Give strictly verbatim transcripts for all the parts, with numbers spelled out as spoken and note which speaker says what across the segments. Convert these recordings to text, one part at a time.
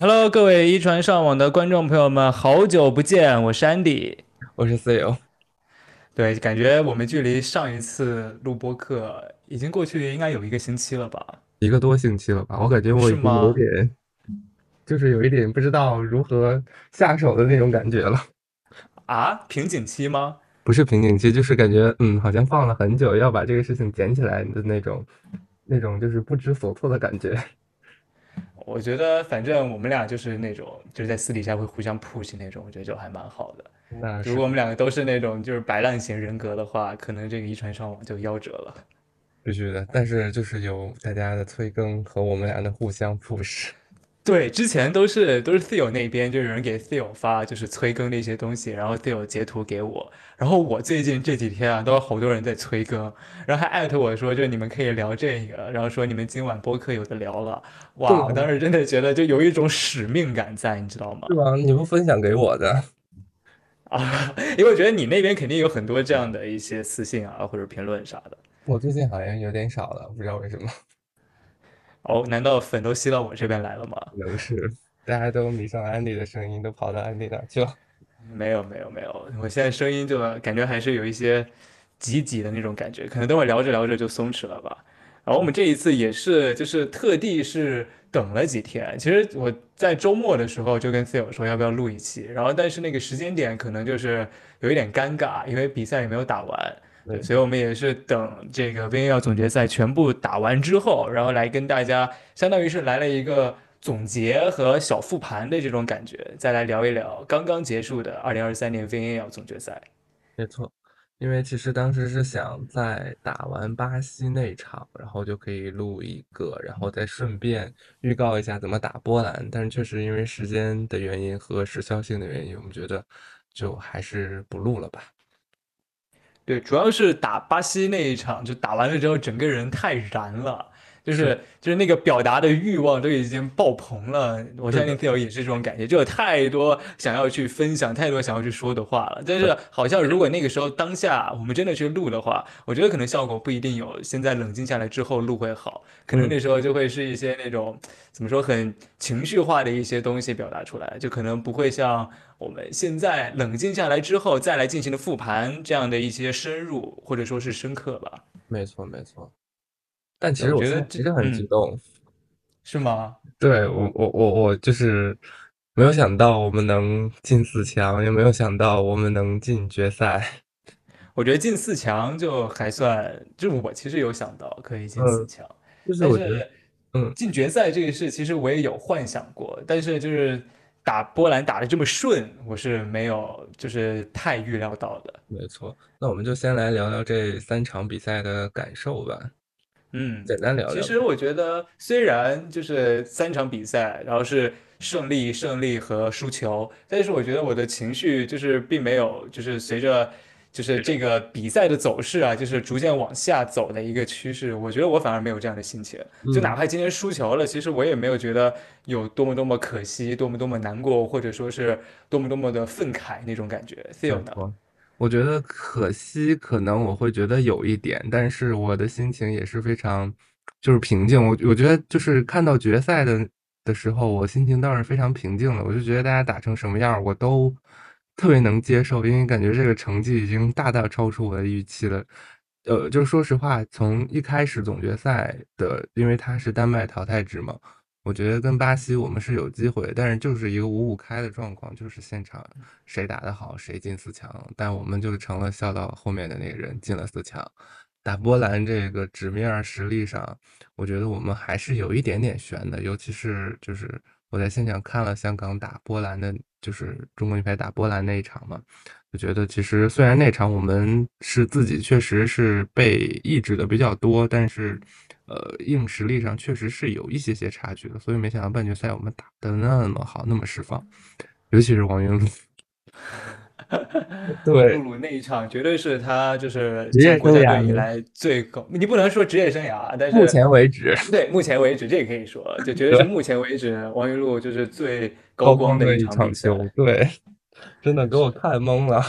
Speaker 1: Hello，各位一传上网的观众朋友们，好久不见，我是 Andy。
Speaker 2: 我是 C 友，
Speaker 1: 对，感觉我们距离上一次录播课已经过去应该有一个星期了吧？
Speaker 2: 一个多星期了吧？我感觉我已经有
Speaker 1: 是吗？
Speaker 2: 点，就是有一点不知道如何下手的那种感觉了。
Speaker 1: 啊，瓶颈期吗？
Speaker 2: 不是瓶颈期，就是感觉嗯，好像放了很久，要把这个事情捡起来的那种，那种就是不知所措的感觉。
Speaker 1: 我觉得反正我们俩就是那种就是在私底下会互相 push 那种，我觉得就还蛮好的。
Speaker 2: 那是
Speaker 1: 如果我们两个都是那种就是摆烂型人格的话，可能这个一传上网就夭折了。
Speaker 2: 必须的，但是就是有大家的催更和我们俩的互相 push。
Speaker 1: 对，之前都是都是 Theo 那边就有人给 Theo 发就是催更的一些东西，然后 Theo 截图给我，然后我最近这几天啊都有好多人在催更，然后还艾特我说就你们可以聊这个，然后说你们今晚播客有的聊了，哇，我
Speaker 2: 是吗？
Speaker 1: 当时真的觉得就有一种使命感在，你知道吗？
Speaker 2: 是吗？你不分享给我的？
Speaker 1: 啊，因为我觉得你那边肯定有很多这样的一些私信啊或者评论啥的。
Speaker 2: 我最近好像有点少了，不知道为什么。
Speaker 1: 哦，难道粉都吸到我这边来了吗？
Speaker 2: 可能是大家都迷上安迪的声音，都跑到安迪那儿去了。
Speaker 1: 没有没有没有，我现在声音就感觉还是有一些挤挤的那种感觉，可能等会儿聊着聊着就松弛了吧。然后我们这一次也是，就是特地是等了几天。其实我在周末的时候就跟 Theo 说要不要录一期，然后但是那个时间点可能就是有一点尴尬，因为比赛也没有打完。对，所以
Speaker 2: 没错。
Speaker 1: 我们也是等这个 V N L 总决赛全部打完之后，然后来跟大家，相当于是来了一个总结和小复盘的这种感觉，再来聊一聊刚刚结束的二零二三年 V N L 总决赛。
Speaker 2: 没错，因为其实当时是想在打完巴西那场，然后就可以录一个，然后再顺便预告一下怎么打波兰。但是确实因为时间的原因和时效性的原因，我们觉得就还是不录了吧。
Speaker 1: 对，主要是打巴西那一场，就打完了之后，整个人太燃了，就
Speaker 2: 是
Speaker 1: 是就是那个表达的欲望都已经爆棚了。我相信
Speaker 2: 是的，
Speaker 1: Theo 也是这种感觉，就有太多想要去分享，太多想要去说的话了。但
Speaker 2: 对，
Speaker 1: 是好像如果那个时候当下我们真的去录的话，我觉得可能效果不一定有现在冷静下来之后录会好，可能
Speaker 2: 嗯，
Speaker 1: 那时候就会是一些那种怎么说很情绪化的一些东西表达出来，就可能不会像我们现在冷静下来之后再来进行的复盘这样的一些深入或者说是深刻吧。
Speaker 2: 没错没错。但其
Speaker 1: 对，我
Speaker 2: 实我
Speaker 1: 觉得这
Speaker 2: 现在其实很激
Speaker 1: 嗯
Speaker 2: 动，
Speaker 1: 是吗？
Speaker 2: 对，我我我我就是没有想到我们能进四强，也没有想到我们能进决赛。
Speaker 1: 我觉得进四强就还算，就是我其实有想到可以进四
Speaker 2: 嗯，
Speaker 1: 强，
Speaker 2: 就是我觉得，
Speaker 1: 但是
Speaker 2: 嗯。
Speaker 1: 进决赛这个事其实我也有幻想过，但是就是打波兰打得这么顺，我是没有就是太预料到的。
Speaker 2: 没错，那我们就先来聊聊这三场比赛的感受吧，
Speaker 1: 嗯，
Speaker 2: 简单聊聊吧。
Speaker 1: 其实我觉得，虽然就是三场比赛，然后是胜利、胜利和输球，但是我觉得我的情绪就是并没有，就是随着就是这个比赛的走势啊，就是逐渐往下走的一个趋势。我觉得我反而没有这样的心情，就哪
Speaker 2: 嗯，
Speaker 1: 怕今天输球了，其实我也没有觉得有多么多么可惜，多么多么难过，或者说是多么多么的愤慨那种感觉。Theo 呢？
Speaker 2: 没错。我觉得可惜，可能我会觉得有一点，但是我的心情也是非常，就是平静。我我觉得就是看到决赛的的时候，我心情倒是非常平静的。我就觉得大家打成什么样儿我都特别能接受，因为感觉这个成绩已经大大超出我的预期了。呃，就是说实话，从一开始总决赛的，因为它是丹麦淘汰制嘛，我觉得跟巴西我们是有机会，但是就是一个五五开的状况，就是现场谁打得好谁进四强，但我们就成了笑到后面的那个人进了四强。打波兰这个纸面实力上，我觉得我们还是有一点点悬的，尤其是就是我在现场看了香港打波兰的，就是中国女排打波兰那一场嘛，我觉得其实虽然那场我们是自己确实是被抑制的比较多，但是呃硬实力上确实是有一些些差距的，所以没想到半决赛我们打得那么好，那么释放，尤其是王云璐，对，
Speaker 1: 露露那一场绝对是他就是
Speaker 2: 职业
Speaker 1: 进国家
Speaker 2: 生涯
Speaker 1: 队以来最高，你不能说职业生涯啊，但
Speaker 2: 目
Speaker 1: 是
Speaker 2: 前为止
Speaker 1: 对目前为止这也可以说，就绝对是
Speaker 2: 对
Speaker 1: 目前为止王云璐就是最高
Speaker 2: 高
Speaker 1: 光的一
Speaker 2: 光的一
Speaker 1: 场比赛。
Speaker 2: 场球，对，真的给我
Speaker 1: 是，
Speaker 2: 看懵了。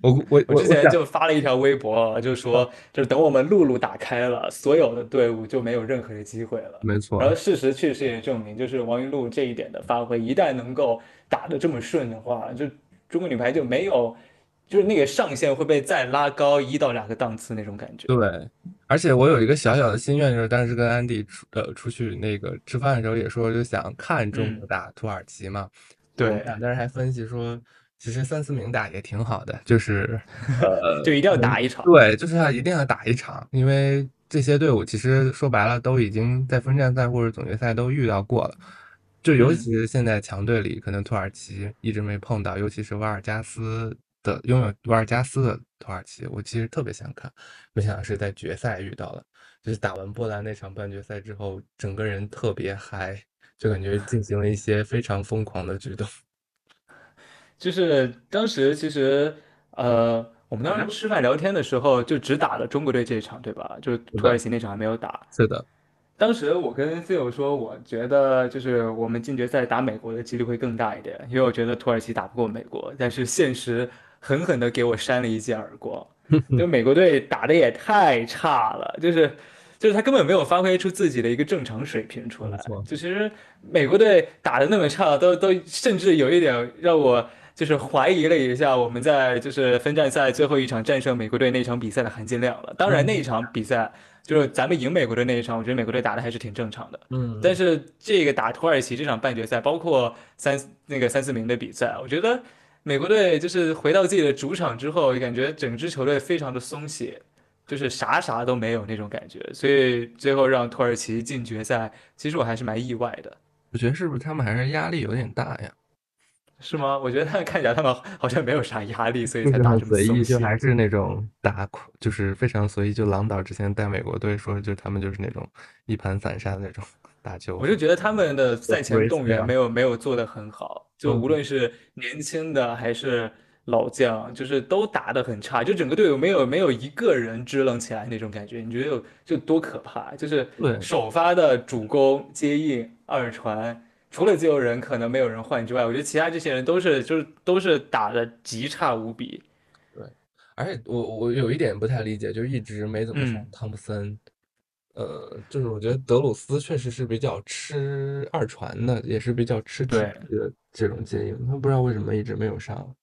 Speaker 2: 我我
Speaker 1: 我之前
Speaker 2: 我我想，
Speaker 1: 就发了一条微博，就说就是等我们陆路打开了，所有的队伍就没有任何的机会了。
Speaker 2: 没错，
Speaker 1: 然后事实确实也证明，就是王云璐这一点的发挥，一旦能够打得这么顺的话，就中国女排就没有，就是那个上限会被再拉高一到两个档次那种感觉。
Speaker 2: 对，而且我有一个小小的心愿，就是当时跟安迪出呃出去那个吃饭的时候也说，就想看中国
Speaker 1: 嗯，
Speaker 2: 打土耳其嘛。就我们
Speaker 1: 对，
Speaker 2: 俩当时还分析说，其实三四名打也挺好的，就是
Speaker 1: 就一定要打
Speaker 2: 嗯
Speaker 1: 一场。
Speaker 2: 对，就是要一定要打一场，因为这些队伍其实说白了都已经在分站赛或者总决赛都遇到过了，就尤
Speaker 1: 嗯。
Speaker 2: 其是现在强队里，可能土耳其一直没碰到，尤其是瓦尔加斯的拥有瓦尔加斯的土耳其，我其实特别想看，没想到是在决赛遇到了，就是打完波兰那场半决赛之后，整个人特别嗨，就感觉进行了一些非常疯狂的举动。
Speaker 1: 就是当时其实，呃，我们当时吃饭聊天的时候，就只打了中国队这一场，对吧？就
Speaker 2: 是的，
Speaker 1: 土耳其那场还没有打。
Speaker 2: 是的，
Speaker 1: 当时我跟 Phil 说，我觉得就是我们进决赛打美国的几率会更大一点，因为我觉得土耳其打不过美国。但是现实狠狠地给我扇了一记耳光，就美国队打的也太差了，就是就是他根本没有发挥出自己的一个正常水平出来。
Speaker 2: 没错，
Speaker 1: 就其实美国队打的那么差，都都甚至有一点让我就是怀疑了一下我们在就是分站赛最后一场战胜美国队那场比赛的含金量了。当然那一
Speaker 2: 嗯
Speaker 1: 场比赛。就是咱们赢美国队那一场，我觉得美国队打的还是挺正常的。但
Speaker 2: 嗯，
Speaker 1: 是这个打土耳其这场半决赛，包括三那个三四名的比赛，我觉得美国队就是回到自己的主场之后，感觉整支球队非常的松懈，就是啥啥都没有那种感觉。所以最后让土耳其进决赛，其实我还是蛮意外的，
Speaker 2: 我觉得是不是他们还是压力有点大呀？
Speaker 1: 是吗？我觉得他们看起来他们好像没有啥压力，所以
Speaker 2: 就是
Speaker 1: 才打这么
Speaker 2: 很随意，就
Speaker 1: 松懈。
Speaker 2: 还是那种打，就是非常随意。就郎导之前带美国队说，就他们就是那种一盘散沙的那种打球风。
Speaker 1: 我就觉得他们的
Speaker 2: 我
Speaker 1: 赛前
Speaker 2: free
Speaker 1: 动员
Speaker 2: style，
Speaker 1: 没有没有做得很好，就无
Speaker 2: 嗯，
Speaker 1: 论是年轻的还是老将，就是都打得很差，就整个队伍没有没有一个人支棱起来那种感觉，你觉得有就多可怕？就是
Speaker 2: 对，
Speaker 1: 首发的主攻、接应、二传，除了自由人可能没有人换之外，我觉得其他这些人都是就是都是打得极差无比。
Speaker 2: 对，而且我我有一点不太理解，就是一直没怎么上
Speaker 1: 嗯，
Speaker 2: 汤普森，呃，就是我觉得德鲁斯确实是比较吃二传的，也是比较吃体
Speaker 1: 对。
Speaker 2: 力的这种接应，他不知道为什么一直没有上。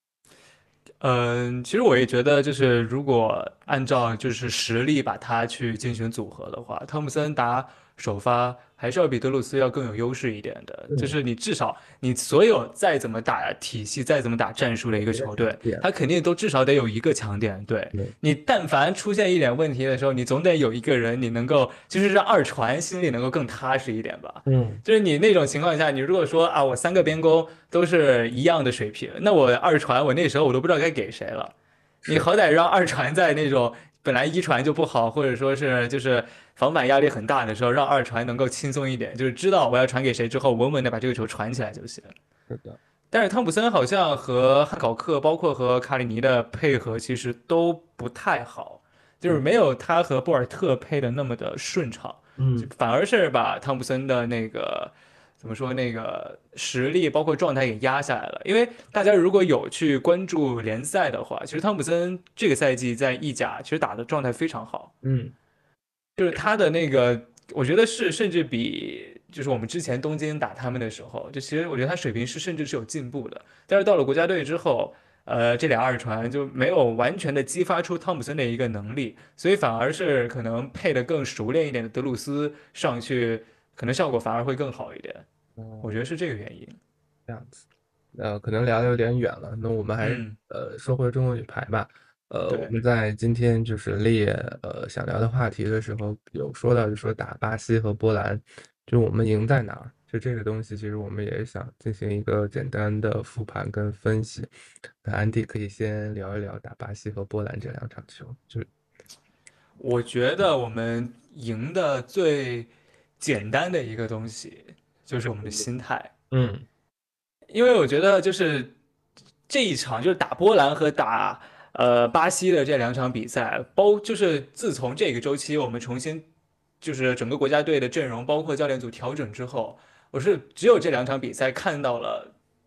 Speaker 1: 嗯，其实我也觉得，就是如果按照就是实力把它去进行组合的话，汤普森打首发还是要比德鲁斯要更有优势一点的。就
Speaker 2: 对，
Speaker 1: 是你至少你所有再怎么打体系，再怎么打战术的一个
Speaker 2: 有一个
Speaker 1: 球队，
Speaker 2: 强点，
Speaker 1: 他肯定都至少得有一个强点。对，
Speaker 2: 对，
Speaker 1: 你但凡出现一点问题的时候，你总得有一个人你能够就是让二传心里能够更踏实一点吧。
Speaker 2: 嗯，
Speaker 1: 就是你那种情况下，你如果说啊，我三个边锋都是一样的水平，那我二传我那时候我都不知道该给谁了。你
Speaker 2: 是，
Speaker 1: 好歹让二传在那种本来一传就不好，或者说是就是防反压力很大的时候，让二传能够轻松一点，就是知道我要传给谁之后，稳稳的把这个球传起来就行。
Speaker 2: 是的，
Speaker 1: 但是汤普森好像和汉考克，包括和卡里尼的配合，其实都不太好，就是
Speaker 2: 嗯
Speaker 1: 没有他和博尔特配的那么的顺畅，就
Speaker 2: 嗯。
Speaker 1: 反而是把汤普森的那个怎么说那个实力，包括状态给压下来了。因为大家如果有去关注联赛的话，其实汤普森这个赛季在意甲其实打的状态非常好。
Speaker 2: 嗯，
Speaker 1: 就是他的那个，我觉得是甚至比就是我们之前东京打他们的时候，就其实我觉得他水平是甚至是有进步的。但是到了国家队之后，呃，这俩二传就没有完全的激发出汤普森的一个能力，所以反而是可能配的更熟练一点的德鲁斯上去，可能效果反而会更好一点。我
Speaker 2: 哦，
Speaker 1: 觉得是这个原因。
Speaker 2: 这样子，呃，可能聊的有点远了，那我们还是
Speaker 1: 嗯，
Speaker 2: 呃说回中国女排吧。呃，我
Speaker 1: 对。
Speaker 2: 们在今天就是列呃想聊的话题的时候，有说到就说打巴西和波兰，就我们赢在哪儿？就这个东西，其实我们也想进行一个简单的复盘跟分析。那安迪可以先聊一聊打巴西和波兰这两场球，就
Speaker 1: 我觉得我们赢的最简单的一个东西就是我们的心态。
Speaker 2: 嗯
Speaker 1: 因为我觉得就是这一场就是打波兰和打呃巴西的这两场比赛，包就是自从这个周期我们重新就是整个国家队的阵容包括教练组调整之后，我是只有这两场比赛看到了。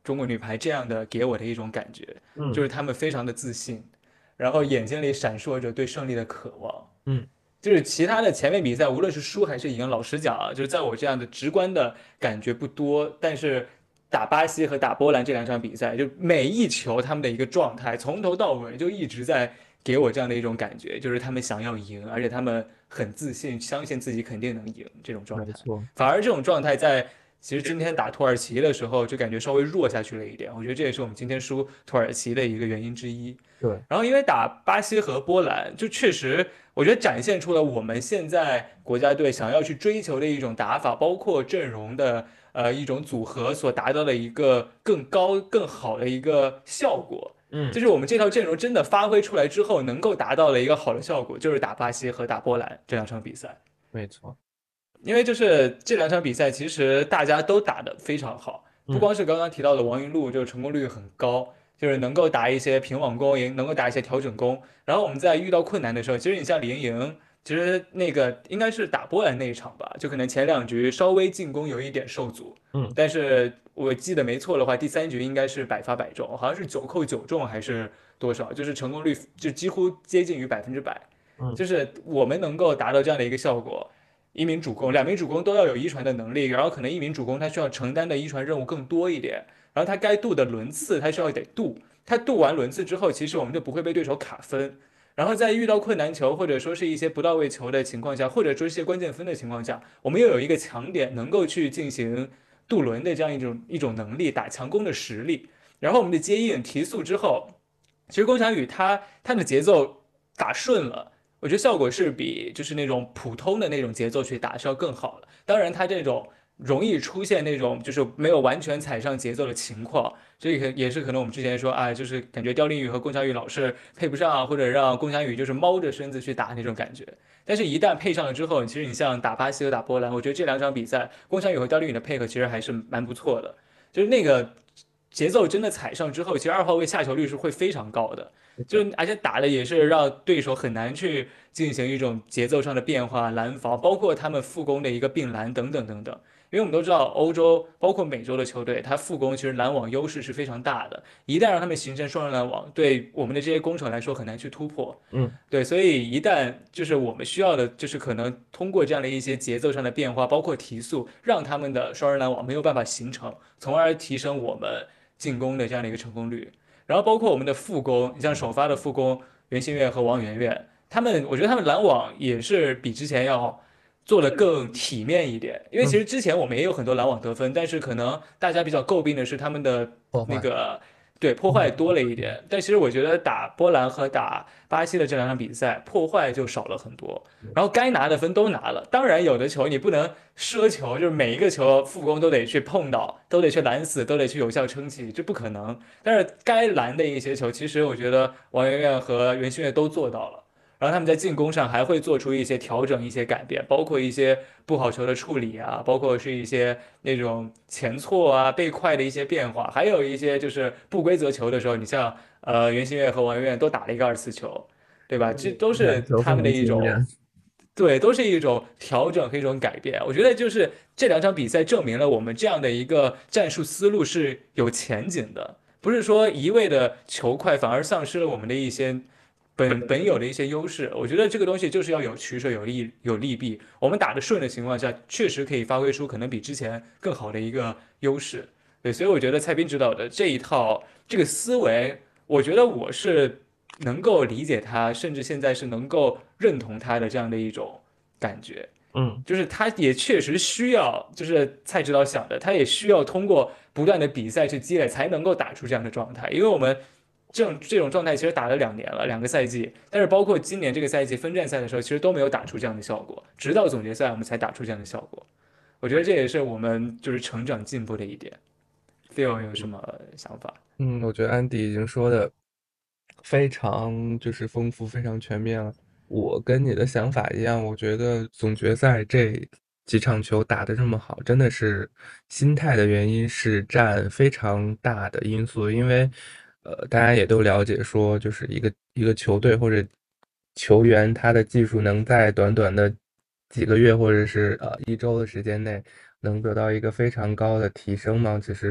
Speaker 1: 中国女排这样的给我的一种感觉，就
Speaker 3: 嗯
Speaker 1: 是她们非常的自信，然后眼睛里闪烁着对胜利的渴望。
Speaker 3: 嗯
Speaker 1: 就是其他的前面比赛，无论是输还是赢，老实讲啊，就是在我这样的直观的感觉不多。但是打巴西和打波兰这两场比赛，就每一球他们的一个状态，从头到尾就一直在给我这样的一种感觉，就是他们想要赢，而且他们很自信，相信自己肯定能赢这种状态。
Speaker 3: 没错。
Speaker 1: 反而这种状态在其实今天打土耳其的时候，就感觉稍微弱下去了一点。我觉得这也是我们今天输土耳其的一个原因之一。
Speaker 3: 对。
Speaker 1: 然后因为打巴西和波兰，就确实我觉得展现出了我们现在国家队想要去追求的一种打法，包括阵容的呃一种组合所达到的一个更高更好的一个效果。就
Speaker 3: 嗯
Speaker 1: 是我们这套阵容真的发挥出来之后，能够达到了一个好的效果，就是打巴西和打波兰这两场比赛。
Speaker 3: 没错。
Speaker 1: 因为就是这两场比赛，其实大家都打得非常好，不
Speaker 3: 嗯
Speaker 1: 光是刚刚提到的王云璐，就是成功率很高，就是能够打一些平网攻，也能够打一些调整攻。然后我们在遇到困难的时候，其实你像李盈莹，其实那个应该是打波兰那一场吧，就可能前两局稍微进攻有一点受阻，
Speaker 3: 嗯
Speaker 1: 但是我记得没错的话，第三局应该是百发百中，好像是九扣九中还是多少，就是成功率就几乎接近于百分之百。
Speaker 3: 嗯
Speaker 1: 就是我们能够达到这样的一个效果，一名主攻，两名主攻都要有一传的能力，然后可能一名主攻他需要承担的一传任务更多一点，然后他该渡的轮次他需要得渡，他渡完轮次之后，其实我们就不会被对手卡分。然后在遇到困难球或者说是一些不到位球的情况下，或者说一些关键分的情况下，我们又有一个强点能够去进行渡轮的这样一种一种能力，打强攻的实力。然后我们的接应提速之后，其实龚翔宇他他的节奏打顺了，我觉得效果是比就是那种普通的那种节奏去打是要更好的。当然，他这种容易出现那种就是没有完全踩上节奏的情况，这个也是可能我们之前说啊，就是感觉刁丽宇和龚翔宇老是配不上，或者让龚翔宇就是猫着身子去打那种感觉。但是，一旦配上了之后，其实你像打巴西和打波兰，我觉得这两场比赛，龚翔宇和刁丽宇的配合其实还是蛮不错的。就是那个节奏真的踩上之后，其实二号位下球率是会非常高的，就而且打的也是让对手很难去进行一种节奏上的变化、拦防，包括他们副攻的一个并拦等等等等。因为我们都知道，欧洲包括美洲的球队，它副攻其实拦网优势是非常大的，一旦让他们形成双人拦网，对我们的这些攻手来说很难去突破。
Speaker 3: 嗯
Speaker 1: 对，所以一旦就是我们需要的，就是可能通过这样的一些节奏上的变化，包括提速，让他们的双人拦网没有办法形成，从而提升我们进攻的这样的一个成功率。然后包括我们的副攻，你像首发的副攻袁心玥和王媛媛，他们我觉得他们拦网也是比之前要做的更体面一点，因为其
Speaker 3: 嗯。
Speaker 1: 实之前我们也有很多拦网得分，但是可能大家比较诟病的是他们的
Speaker 2: 破坏。
Speaker 1: 那个对破坏多了一点，但其实我觉得打波兰和打巴西的这两场比赛破坏就少了很多，然后该拿的分都拿了。当然有的球你不能奢求，就是每一个球副攻都得去碰到，都得去拦死，都得去有效撑起，这不可能。但是该拦的一些球，其实我觉得王媛媛和袁心玥都做到了。然后他们在进攻上还会做出一些调整、一些改变，包括一些不好球的处理啊，包括是一些那种前错啊、背快的一些变化，还有一些就是不规则球的时候，你像呃袁心玥和王媛媛都打了一个二次球，对吧？这都
Speaker 2: 感
Speaker 1: 是他们的
Speaker 2: 球非常
Speaker 1: 一种，
Speaker 2: 惊艳。
Speaker 1: 对，都是一种调整和一种改变。我觉得就是这两场比赛证明了我们这样的一个战术思路是有前景的，不是说一味的球快反而丧失了我们的一些。本本有的一些优势，我觉得这个东西就是要有取舍，有利有利弊。我们打得顺的情况下，确实可以发挥出可能比之前更好的一个优势。对，所以我觉得蔡斌指导的这一套这个思维，我觉得我是能够理解他，甚至现在是能够认同他的这样的一种感觉。
Speaker 3: 嗯
Speaker 1: 就是他也确实需要，就是蔡指导想的，他也需要通过不断的比赛去积累，才能够打出这样的状态。因为我们这种这种状态其实打了两年了，两个赛季，但是包括今年这个赛季分站赛的时候，其实都没有打出这样的效果，直到总决赛我们才打出这样的效果。我觉得这也是我们就是成长进步的一点。Phil 有什么想法？
Speaker 2: 嗯，我觉得安迪已经说的非常就是丰富，非常全面了。我跟你的想法一样，我觉得总决赛这几场球打得这么好，真的是心态的原因是占非常大的因素。因为，呃，大家也都了解说，就是一个一个球队或者球员，他的技术能在短短的几个月或者是呃一周的时间内，能得到一个非常高的提升吗？其实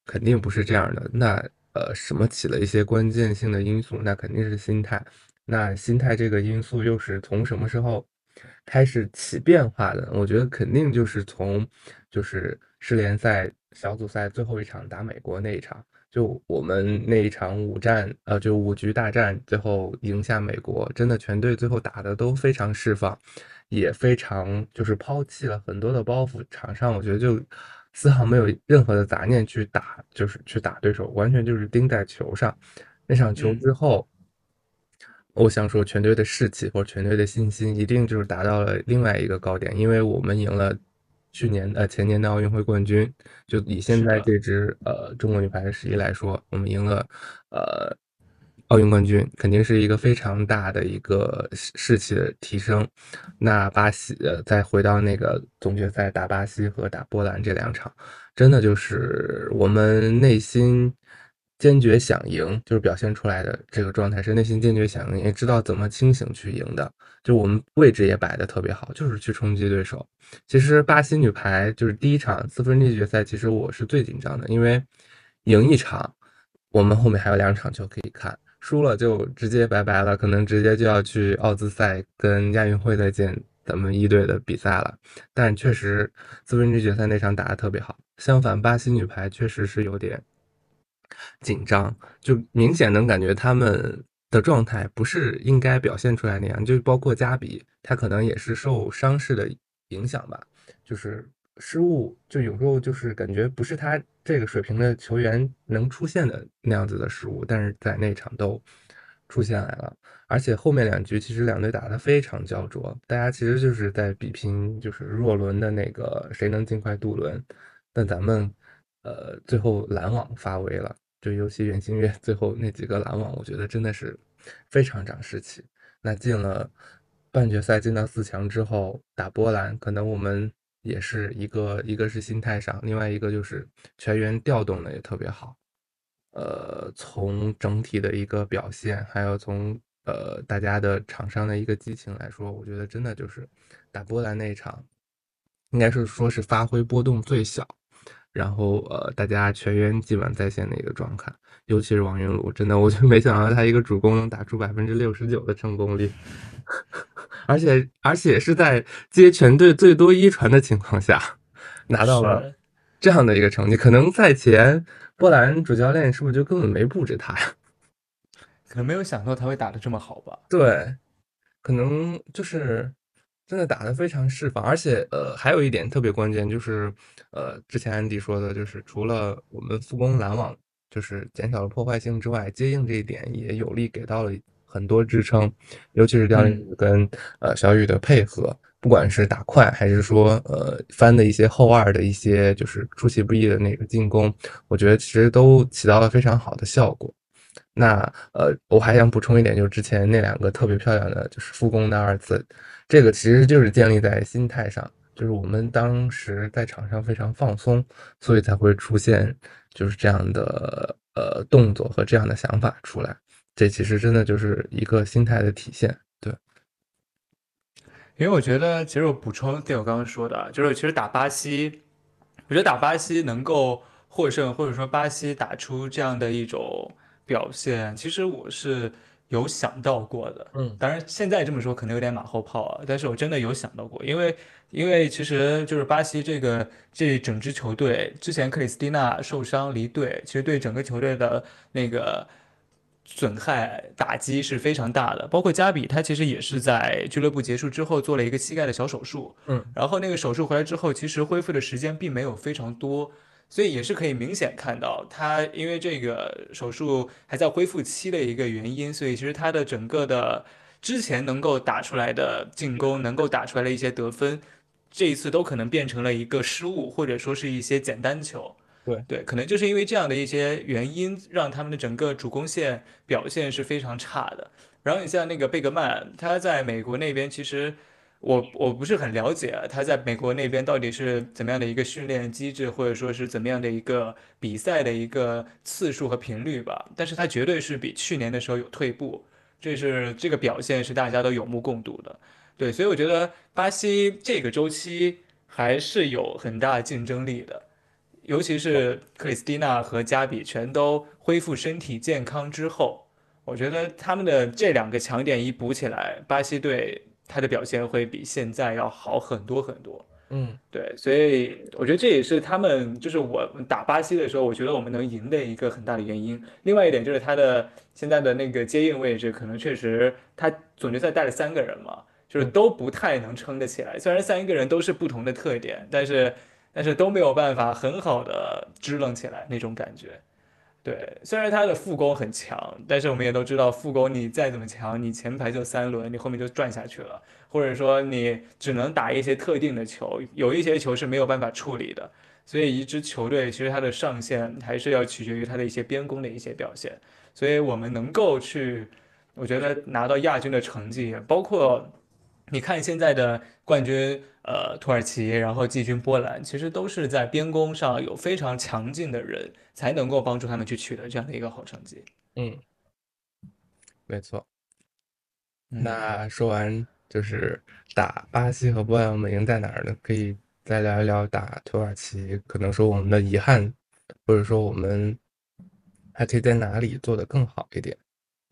Speaker 2: 肯定不是这样的。那呃，什么起了一些关键性的因素？那肯定是心态。那心态这个因素又是从什么时候开始起变化的？我觉得肯定就是从就是世联赛小组赛最后一场打美国那一场，就我们那一场五战，呃，就五局大战，最后赢下美国，真的全队最后打的都非常释放，也非常就是抛弃了很多的包袱，场上我觉得就丝毫没有任何的杂念去打，就是去打对手，完全就是盯在球上。那场球
Speaker 1: 嗯，
Speaker 2: 之后，我想说，全队的士气或者全队的信心一定就是达到了另外一个高点，因为我们赢了去年呃前年的奥运会冠军。就以现在
Speaker 1: 是的，
Speaker 2: 这支呃中国女排的实力来说，我们赢了呃奥运冠军，肯定是一个非常大的一个士士气的提升。那巴西呃再回到那个总决赛打巴西和打波兰这两场，真的就是我们内心坚决想赢，就是表现出来的这个状态是内心坚决想赢，也知道怎么清醒去赢的。就我们位置也摆的特别好，就是去冲击对手。其实巴西女排就是第一场四分之一决赛，其实我是最紧张的，因为赢一场，我们后面还有两场球可以看，输了就直接拜拜了，可能直接就要去奥兹赛跟亚运会再见咱们一队的比赛了。但确实四分之一决赛那场打得特别好，相反巴西女排确实是有点紧张，就明显能感觉他们的状态不是应该表现出来那样，就包括加比，他可能也是受伤势的影响吧，就是失误，就有时候就是感觉不是他这个水平的球员能出现的那样子的失误，但是在那场都出现来了。而且后面两局其实两队打得非常焦灼，大家其实就是在比拼就是若轮的那个谁能尽快渡轮，但咱们呃最后拦网发威了。就尤其袁心玥最后那几个拦网，我觉得真的是非常长士气。那进了半决赛，进到四强之后打波兰，可能我们也是一个一个是心态上，另外一个就是全员调动的也特别好。呃，从整体的一个表现，还有从呃大家的场上的一个激情来说，我觉得真的就是打波兰那一场，应该是说是发挥波动最小，然后呃大家全员基本在线的一个状态，尤其是王云璐，真的我就没想到他一个主攻能打出百分之六十九的成功率，而且而且是在接全队最多一传的情况下拿到了
Speaker 1: 是，
Speaker 2: 这样的一个成绩，可能赛前波兰主教练是不是就根本没布置他呀？
Speaker 1: 可能没有想到他会打得这么好吧。
Speaker 2: 对，可能就是真的打得非常释放，而且呃，还有一点特别关键，就是呃，之前安迪说的，就是除了我们复攻拦网，就是减少了破坏性之外，接应这一点也有力给到了很多支撑，尤其是刁玲
Speaker 1: 嗯，
Speaker 2: 宇跟呃小雨的配合，不管是打快还是说呃翻的一些后二的一些就是出其不意的那个进攻，我觉得其实都起到了非常好的效果。那呃，我还想补充一点，就是之前那两个特别漂亮的，就是复工的二次，这个其实就是建立在心态上，就是我们当时在场上非常放松，所以才会出现就是这样的呃动作和这样的想法出来。这其实真的就是一个心态的体现。对，
Speaker 1: 因为我觉得，其实我补充对我刚刚说的啊，就是其实打巴西，我觉得打巴西能够获胜，或者说巴西打出这样的一种表现，其实我是有想到过的。
Speaker 2: 嗯
Speaker 1: 当然，现在这么说可能有点马后炮啊，但是我真的有想到过，因为因为其实就是巴西这个这整支球队，之前克里斯蒂娜受伤离队，其实对整个球队的那个损害打击是非常大的。包括加比，他其实也是在俱乐部结束之后做了一个膝盖的小手术，
Speaker 2: 嗯，
Speaker 1: 然后那个手术回来之后，其实恢复的时间并没有非常多，所以也是可以明显看到他因为这个手术还在恢复期的一个原因，所以其实他的整个的之前能够打出来的进攻，能够打出来的一些得分，这一次都可能变成了一个失误，或者说是一些简单球。
Speaker 2: 对，
Speaker 1: 对，可能就是因为这样的一些原因，让他们的整个主攻线表现是非常差的。然后你像那个贝格曼，他在美国那边，其实我我不是很了解啊他在美国那边到底是怎么样的一个训练机制，或者说是怎么样的一个比赛的一个次数和频率吧。但是他绝对是比去年的时候有退步，这是这个表现是大家都有目共睹的。对，所以我觉得巴西这个周期还是有很大竞争力的。 尤其是克里斯蒂娜和加比全都恢复身体健康之后，我觉得他们的这两个强点一补起来，巴西队他的表现会比现在要好很多很多。
Speaker 2: 嗯
Speaker 1: 对，所以我觉得这也是他们，就是我们打巴西的时候，我觉得我们能赢的一个很大的原因。另外一点就是他的现在的那个接应位置，可能确实他总决赛带了三个人嘛，就是
Speaker 2: 嗯
Speaker 1: 都不太能撑得起来。虽然三个人都是不同的特点，但是但是都没有办法很好的支棱起来那种感觉。对，虽然他的副攻很强，但是我们也都知道，副攻你再怎么强，你前排就三轮，你后面就转下去了，或者说你只能打一些特定的球，有一些球是没有办法处理的。所以一支球队其实它的上限还是要取决于它的一些边攻的一些表现。所以我们能够去，我觉得拿到亚军的成绩，包括你看现在的冠军，呃，土耳其，然后季军波兰，其实都是在边攻上有非常强劲的人，才能够帮助他们去取得这样的一个好成绩。
Speaker 2: 嗯，没错。
Speaker 1: 嗯。
Speaker 2: 那说完就是打巴西和波兰我们赢在哪儿呢？可以再聊一聊打土耳其，可能说我们的遗憾，或者说我们还可以在哪里做得更好一点。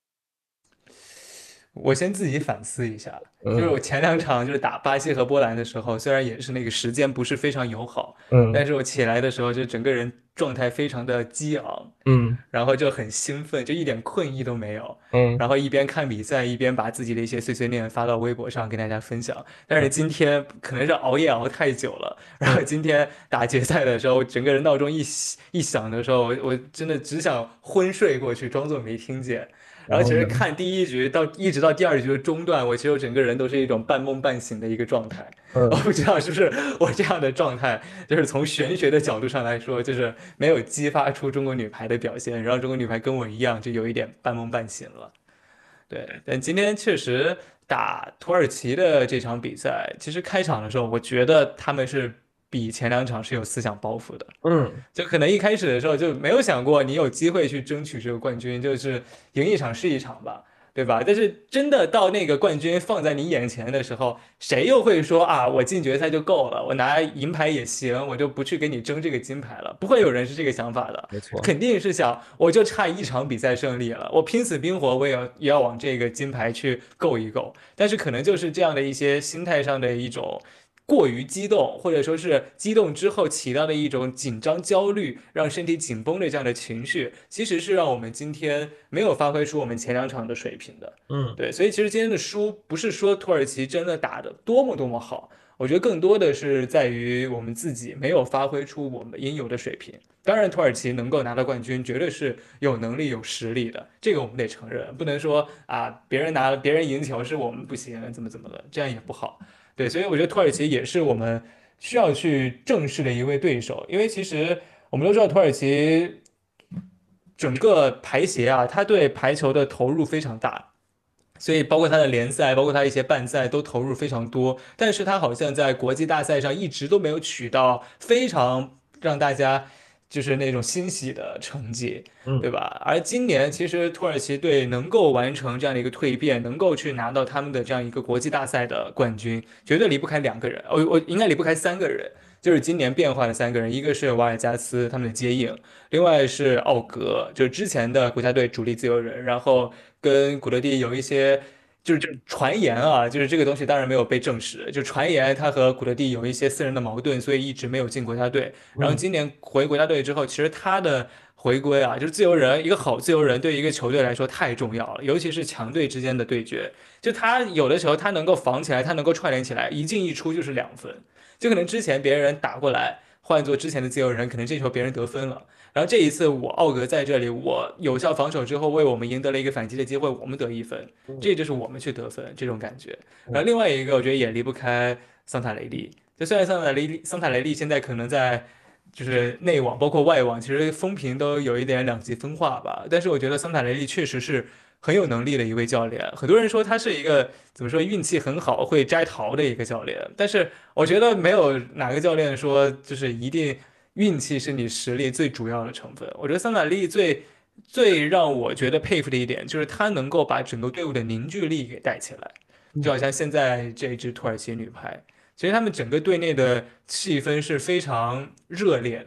Speaker 1: 我先自己反思一下，就是
Speaker 2: 嗯
Speaker 1: 我前两场就是打巴西和波兰的时候，虽然也是那个时间不是非常友好，
Speaker 2: 嗯
Speaker 1: 但是我起来的时候就整个人状态非常的激昂，
Speaker 2: 嗯
Speaker 1: 然后就很兴奋，就一点困意都没有。
Speaker 2: 嗯
Speaker 1: 然后一边看比赛，一边把自己的一些碎碎念发到微博上跟大家分享。但是今天可能是熬夜熬太久了，然
Speaker 2: 嗯，
Speaker 1: 后今天打决赛的时候，整个人闹钟一一响的时候，我我真的只想昏睡过去，装作没听见。然后其
Speaker 2: 然后呢？
Speaker 1: 实看第一局到一直到第二局的中段，我其实我整个人都是一种半梦半醒的一个状态。我
Speaker 2: 嗯
Speaker 1: 不知道是不是我这样的状态，就是从玄学的角度上来说，就是没有激发出中国女排的表现，让中国女排跟我一样，就有一点半梦半醒了。对，但今天确实打土耳其的这场比赛，其实开场的时候，我觉得他们是比前两场是有思想包袱的。
Speaker 2: 嗯，
Speaker 1: 就可能一开始的时候就没有想过你有机会去争取这个冠军，就是赢一场是一场吧，对吧？但是真的到那个冠军放在你眼前的时候，谁又会说啊，我进决赛就够了，我拿银牌也行，我就不去跟你争这个金牌了？不会有人是这个想法的，
Speaker 2: 没错。
Speaker 1: 肯定是想我就差一场比赛胜利了，我拼死拼活我也要也要往这个金牌去够一够。但是可能就是这样的一些心态上的一种。过于激动，或者说是激动之后起到的一种紧张、焦虑，让身体紧绷的这样的情绪，其实是让我们今天没有发挥出我们前两场的水平的。
Speaker 2: 嗯
Speaker 1: 对，所以其实今天的输不是说土耳其真的打得多么多么好，我觉得更多的是在于我们自己没有发挥出我们应有的水平。当然，土耳其能够拿到冠军，绝对是有能力、有实力的，这个我们得承认，不能说啊，别人拿了，别人赢球是我们不行，怎么怎么的，这样也不好。对，所以我觉得土耳其也是我们需要去正视的一位对手，因为其实我们都知道土耳其整个排协啊，他对排球的投入非常大，所以包括他的联赛，包括他一些半赛都投入非常多，但是他好像在国际大赛上一直都没有取到非常让大家就是那种欣喜的成绩，
Speaker 2: 嗯
Speaker 1: 对吧？而今年其实土耳其队能够完成这样的一个蜕变，能够去拿到他们的这样一个国际大赛的冠军，绝对离不开两个人，我我应该离不开三个人。就是今年变化的三个人，一个是瓦尔加斯他们的接应，另外是奥格，就是之前的国家队主力自由人，然后跟古德蒂有一些就是就是传言啊，就是这个东西当然没有被证实，就传言他和古德蒂有一些私人的矛盾，所以一直没有进国家队。然后
Speaker 2: 嗯，
Speaker 1: 今年回国家队之后，其实他的回归啊，就是自由人，一个好自由人对一个球队来说太重要了，尤其是强队之间的对决，就他有的时候他能够防起来，他能够串联起来，一进一出就是两分。就可能之前别人打过来，换做之前的自由人，可能这球别人得分了。然后这一次我奥格在这里，我有效防守之后，为我们赢得了一个反击的机会，我们得一分，这就是我们去得分这种感觉。然后另外一个，我觉得也离不开桑塔雷利。就虽然桑塔雷利，桑塔雷利现在可能在就是内网包括外网，其实风评都有一点两极分化吧。但是我觉得桑塔雷利确实是很有能力的一位教练。很多人说他是一个怎么说运气很好会摘桃的一个教练，但是我觉得没有哪个教练说就是一定运气是你实力最主要的成分。我觉得桑塔利最最让我觉得佩服的一点就是他能够把整个队伍的凝聚力给带起来，就好像现在这支土耳其女排。其实他们整个队内的气氛是非常热烈的，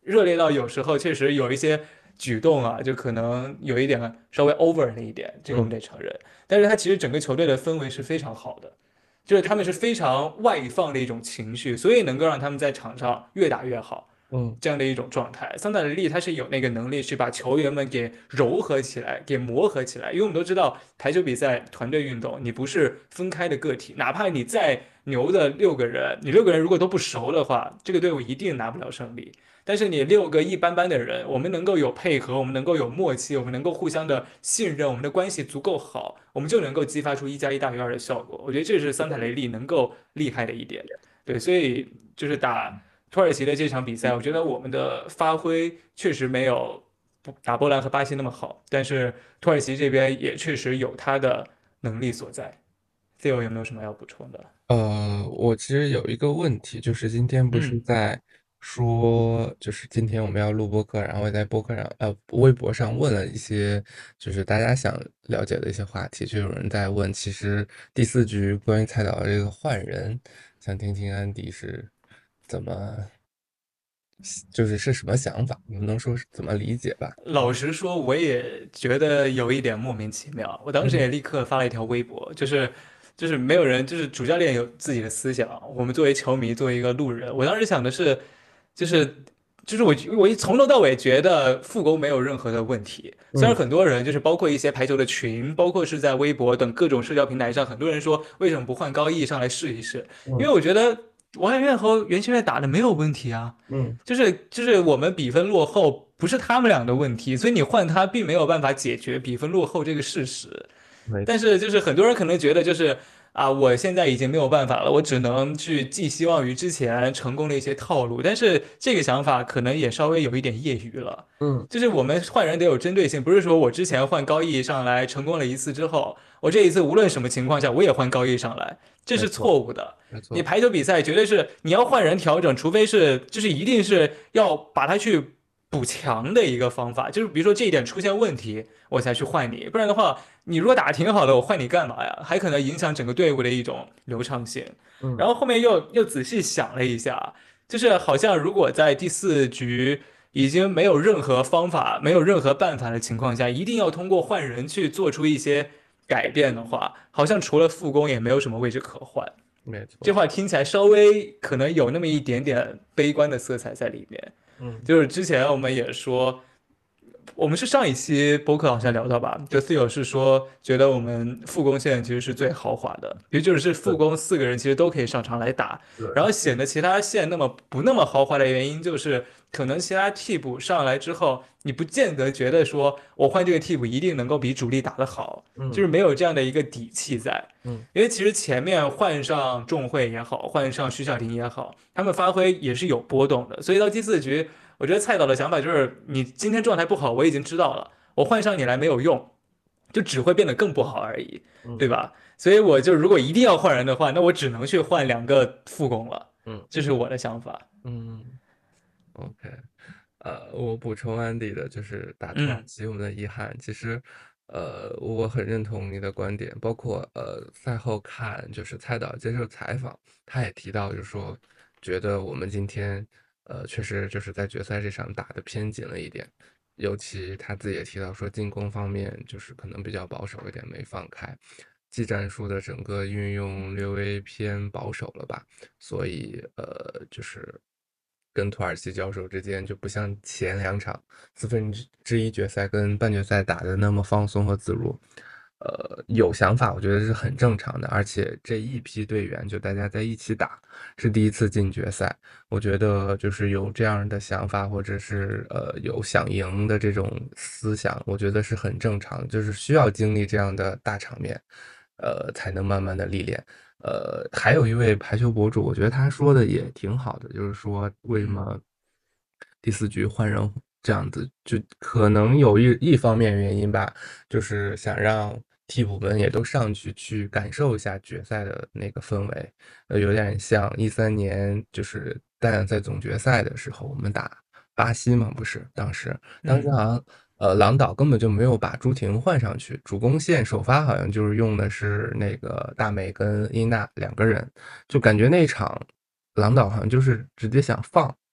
Speaker 1: 热烈到有时候确实有一些举动啊，就可能有一点稍微 over 了一点，这个我们
Speaker 2: 嗯
Speaker 1: 得承认。但是他其实整个球队的氛围是非常好的，就是他们是非常外放的一种情绪，所以能够让他们在场上越打越好。
Speaker 2: 嗯
Speaker 1: 这样的一种状态，桑塔雷利他是有那个能力去把球员们给柔合起来，给磨合起来。因为我们都知道，排球比赛团队运动，你不是分开的个体，哪怕你再牛的六个人，你六个人如果都不熟的话，这个队伍一定拿不了胜利。但是你六个一般般的人，我们能够有配合，我们能够有默契，我们能够互相的信任，我们的关系足够好，我们就能够激发出一加一大于二的效果。我觉得这是桑塔雷利能够厉害的一点。对，所以就是打土耳其的这场比赛，我觉得我们的发挥确实没有打波兰和巴西那么好，但是土耳其这边也确实有他的能力所在。Theo 有没有什么要补充的？
Speaker 2: 呃，我其实有一个问题，就是今天不是
Speaker 1: 嗯，
Speaker 2: 在说，就是今天我们要录播客，然后也在播客上，呃，微博上问了一些，就是大家想了解的一些话题，就有人在问，其实第四局关于蔡导的这个换人，想听听安迪是怎么，就是是什么想法，你们能说是怎么理解吧？
Speaker 1: 老实说，我也觉得有一点莫名其妙。我当时
Speaker 2: 嗯
Speaker 1: 也立刻发了一条微博，就是就是没有人，就是主教练有自己的思想，我们作为球迷，作为一个路人，我当时想的是，就是就是我我一从头到尾觉得副攻没有任何的问题。虽然
Speaker 2: 嗯
Speaker 1: 很多人就是包括一些排球的群，包括是在微博等各种社交平台上，很多人说为什么不换高毅上来试一试？因为
Speaker 2: 嗯
Speaker 1: 我觉得王媛媛和袁心玥打的没有问题啊。
Speaker 2: 嗯，
Speaker 1: 就是就是我们比分落后不是他们俩的问题，所以你换他并没有办法解决比分落后这个事实。
Speaker 2: 没错，
Speaker 1: 但是就是很多人可能觉得就是啊，我现在已经没有办法了，我只能去寄希望于之前成功的一些套路。但是这个想法可能也稍微有一点业余了。
Speaker 2: 嗯，
Speaker 1: 就是我们换人得有针对性，不是说我之前换高毅上来成功了一次之后，我这一次无论什么情况下我也换高毅上来，这是
Speaker 2: 没错，
Speaker 1: 错误的。
Speaker 2: 没错，
Speaker 1: 你排球比赛绝对是你要换人调整，除非是就是一定是要把它去补强的一个方法，就是比如说这一点出现问题，我才去换你，不然的话，你如果打得挺好的，我换你干嘛呀？还可能影响整个队伍的一种流畅性。然
Speaker 2: 嗯
Speaker 1: 后后面又又仔细想了一下，就是好像如果在第四局已经没有任何方法、没有任何办法的情况下，一定要通过换人去做出一些改变的话，好像除了副攻也没有什么位置可换。
Speaker 2: 没错，
Speaker 1: 这话听起来稍微可能有那么一点点悲观的色彩在里面。
Speaker 2: 嗯
Speaker 1: 就是之前我们也说，我们是上一期播客好像聊到吧，就 Theo 是说觉得我们副攻线其实是最豪华的，也就是副
Speaker 2: 对
Speaker 1: 攻四个人其实都可以上场来打，然
Speaker 2: 对，
Speaker 1: 后显得其他线那么不那么豪华的原因就是可能其他替补上来之后，你不见得觉得说我换这个替补一定能够比主力打得好，就
Speaker 2: 嗯
Speaker 1: 是没有这样的一个底气在。
Speaker 2: 嗯
Speaker 1: 因为其实前面换上仲慧也好，换上徐小婷也好，他们发挥也是有波动的，所以到第四局。我觉得蔡导的想法就是，你今天状态不好，我已经知道了，我换上你来没有用，就只会变得更不好而已，对
Speaker 2: 嗯
Speaker 1: 吧？所以我就如果一定要换人的话，那我只能去换两个副攻了，
Speaker 2: 嗯
Speaker 1: 这是我的想法。
Speaker 2: 嗯，OK。呃，我补充安迪的就是打土耳
Speaker 1: 嗯
Speaker 2: 其我们的遗憾，其实，呃，我很认同你的观点，包括呃赛后看就是蔡导接受采访，他也提到就是说，觉得我们今天呃确实就是在决赛这场打得偏紧了一点，尤其他自己也提到说进攻方面就是可能比较保守一点，没放开，技战术的整个运用略微偏保守了吧。所以呃，就是跟土耳其交手之间就不像前两场四分之一决赛跟半决赛打的那么放松和自如。呃，有想法，我觉得是很正常的，而且这一批队员就大家在一起打，是第一次进决赛，我觉得就是有这样的想法，或者是呃有想赢的这种思想，我觉得是很正常，就是需要经历这样的大场面，呃，才能慢慢的历练。呃，还有一位排球博主，我觉得他说的也挺好的，就是说为什
Speaker 1: 嗯
Speaker 2: 么第四局换人这样子，就可能有一一方面原因吧，就是想让替补们也都上去去感受一下决赛的那个氛围，呃，有点像一三年就是大奖赛总决赛的时候，我们打巴西嘛，不是？当时当时
Speaker 1: 嗯
Speaker 2: 好像呃，郎导根本就没有把朱婷换上去，主攻线首发好像就是用的是那个大美跟伊娜两个人，就感觉那场郎导好像就是直接想放。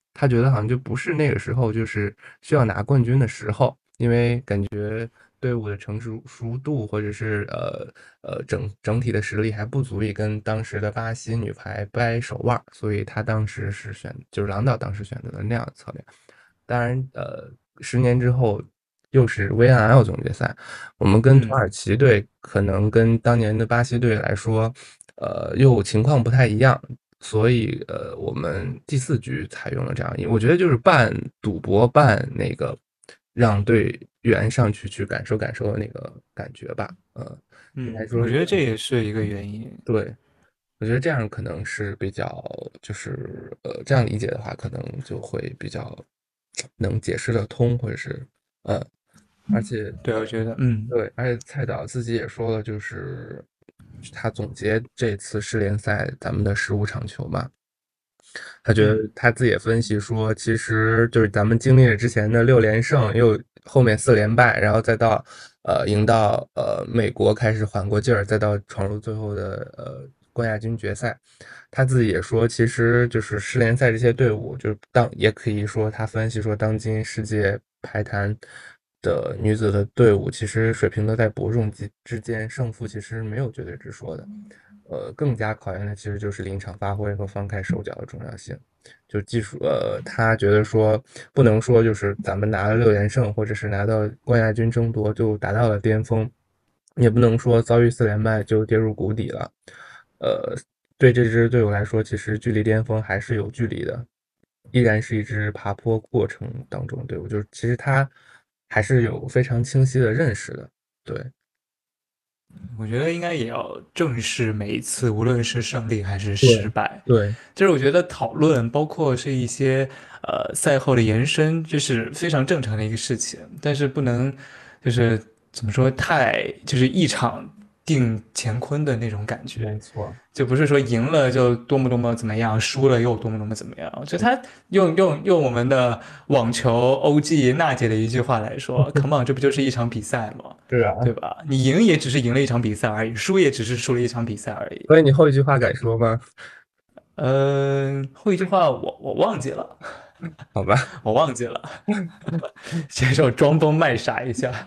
Speaker 2: 他觉得好像就不是那个时候就是需要拿冠军的时候，因为感觉队伍的成熟熟度或者是呃呃整整体的实力还不足以跟当时的巴西女排掰手腕，所以他当时是选就是郎导当时选择了那样的策略。当然，呃，十年之后又是 V N L 总决赛，我们跟土
Speaker 1: 嗯
Speaker 2: 耳其队可能跟当年的巴西队来说，呃，又情况不太一样，所以呃，我们第四局采用了这样一，我觉得就是半赌博半那个让队员上去去感受感受的那个感觉吧，呃，应该
Speaker 1: 嗯，
Speaker 2: 说是这样。
Speaker 1: 我觉得这也是一个原因。
Speaker 2: 对，我觉得这样可能是比较，就是呃，这样理解的话，可能就会比较能解释得通，或者是呃，而且
Speaker 1: 对，我觉得，嗯
Speaker 2: 对，而且蔡导自己也说了，就是他总结这次世联赛咱们的十五场球嘛，他觉得
Speaker 1: 嗯
Speaker 2: 他自己也分析说，其实就是咱们经历了之前的六连胜，又后面四连败，然后再到呃赢到呃美国开始缓过劲儿，再到闯入最后的呃冠亚军决赛。他自己也说，其实就是世联赛这些队伍，就是当也可以说他分析说，当今世界排坛的女子的队伍，其实水平都在伯仲之之间，胜负其实没有绝对之说的。呃，更加考验的其实就是临场发挥和放开手脚的重要性。就技术，呃，他觉得说不能说就是咱们拿了六连胜，或者是拿到冠亚军争夺就达到了巅峰，也不能说遭遇四连败就跌入谷底了。呃，对这支队伍来说，其实距离巅峰还是有距离的，依然是一支爬坡过程当中的队伍。就是其实他还是有非常清晰的认识的。对，
Speaker 1: 我觉得应该也要正视每一次，无论是胜利还是失
Speaker 2: 对，
Speaker 1: 败。
Speaker 2: 对，
Speaker 1: 就是我觉得讨论，包括是一些呃赛后的延伸，这是非常正常的一个事情，但是不能就是怎么说太就是一场定乾坤的那种感觉。
Speaker 2: 没错，
Speaker 1: 就不是说赢了就多么多么怎么样，输了又多么多么怎么样。就他用用用我们的网球 O G 娜姐的一句话来说，“Come on，这不就是一场比赛吗？
Speaker 2: 是啊。
Speaker 1: 对吧？你赢也只是赢了一场比赛而已，输也只是输了一场比赛而已。”
Speaker 2: 所以你后一句话敢说吗？
Speaker 1: 嗯，后一句话我我忘记了，
Speaker 2: 好吧。
Speaker 1: 我忘记了，接受装疯卖傻一下。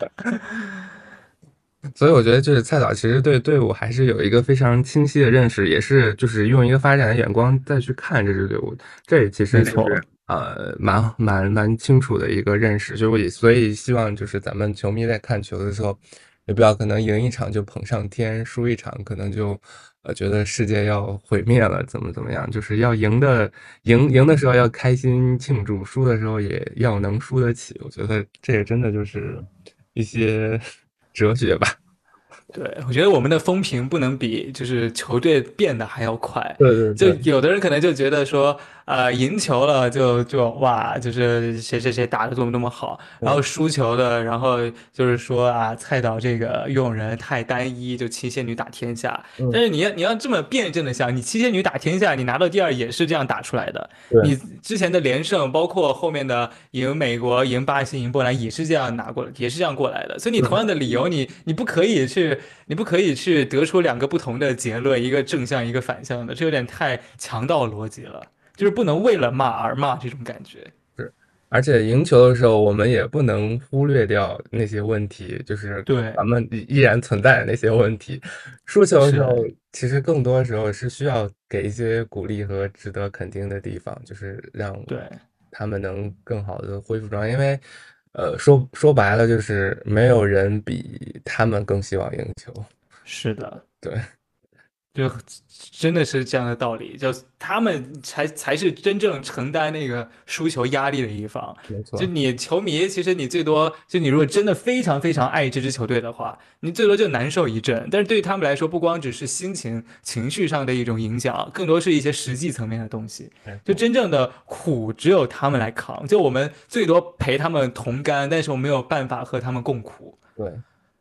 Speaker 2: 所以我觉得就是蔡导其实对队伍还是有一个非常清晰的认识，也是就是用一个发展的眼光再去看这支队伍，这也其实就是
Speaker 1: 没错，
Speaker 2: 呃蛮蛮蛮清楚的一个认识。就我所以希望就是咱们球迷在看球的时候，也不要可能赢一场就捧上天，输一场可能就呃觉得世界要毁灭了，怎么怎么样，就是要赢的赢赢的时候要开心庆祝，输的时候也要能输得起。我觉得这也真的就是一些哲学吧。
Speaker 1: 对，我觉得我们的风评不能比就是球队变得还要快。
Speaker 2: 对对
Speaker 1: 就
Speaker 2: 对
Speaker 1: 有的人可能就觉得说，呃，赢球了就就哇，就是谁谁谁打得多么多么好，然后
Speaker 2: 对，
Speaker 1: 输球的，然后就是说啊，蔡导这个用人太单一，就七仙女打天下。但
Speaker 2: 嗯，
Speaker 1: 是你要你要这么辩证的想，你七仙女打天下，你拿到第二也是这样打出来的。
Speaker 2: 对
Speaker 1: 你之前的连胜，包括后面的赢美国、赢巴西、赢波兰，也是这样拿过来，也是这样过来的。所以你同
Speaker 2: 对
Speaker 1: 样的理由，你你不可以去，你不可以去得出两个不同的结论，一个正向，一个反向的，这有点太强盗逻辑了，就是不能为了骂而骂这种感觉。
Speaker 2: 是，而且赢球的时候，我们也不能忽略掉那些问题，就是咱
Speaker 1: 对，
Speaker 2: 们依依然存在的那些问题。输球的时候，
Speaker 1: 是，
Speaker 2: 其实更多时候是需要给一些鼓励和值得肯定的地方，就是让
Speaker 1: 对，
Speaker 2: 他们能更好的恢复状态。因为，呃，说说白了，就是没有人比他们更希望赢球。
Speaker 1: 是的。
Speaker 2: 对，
Speaker 1: 就真的是这样的道理，就他们才才是真正承担那个输球压力的一方。就
Speaker 2: 没错，
Speaker 1: 你球迷，其实你最多就你如果真的非常非常爱这支球队的话，你最多就难受一阵。但是对于他们来说，不光只是心情、情绪上的一种影响，更多是一些实际层面的东西。
Speaker 2: 没错，
Speaker 1: 就真正的苦只有他们来扛，就我们最多陪他们同甘，但是我没有办法和他们共苦。
Speaker 2: 对。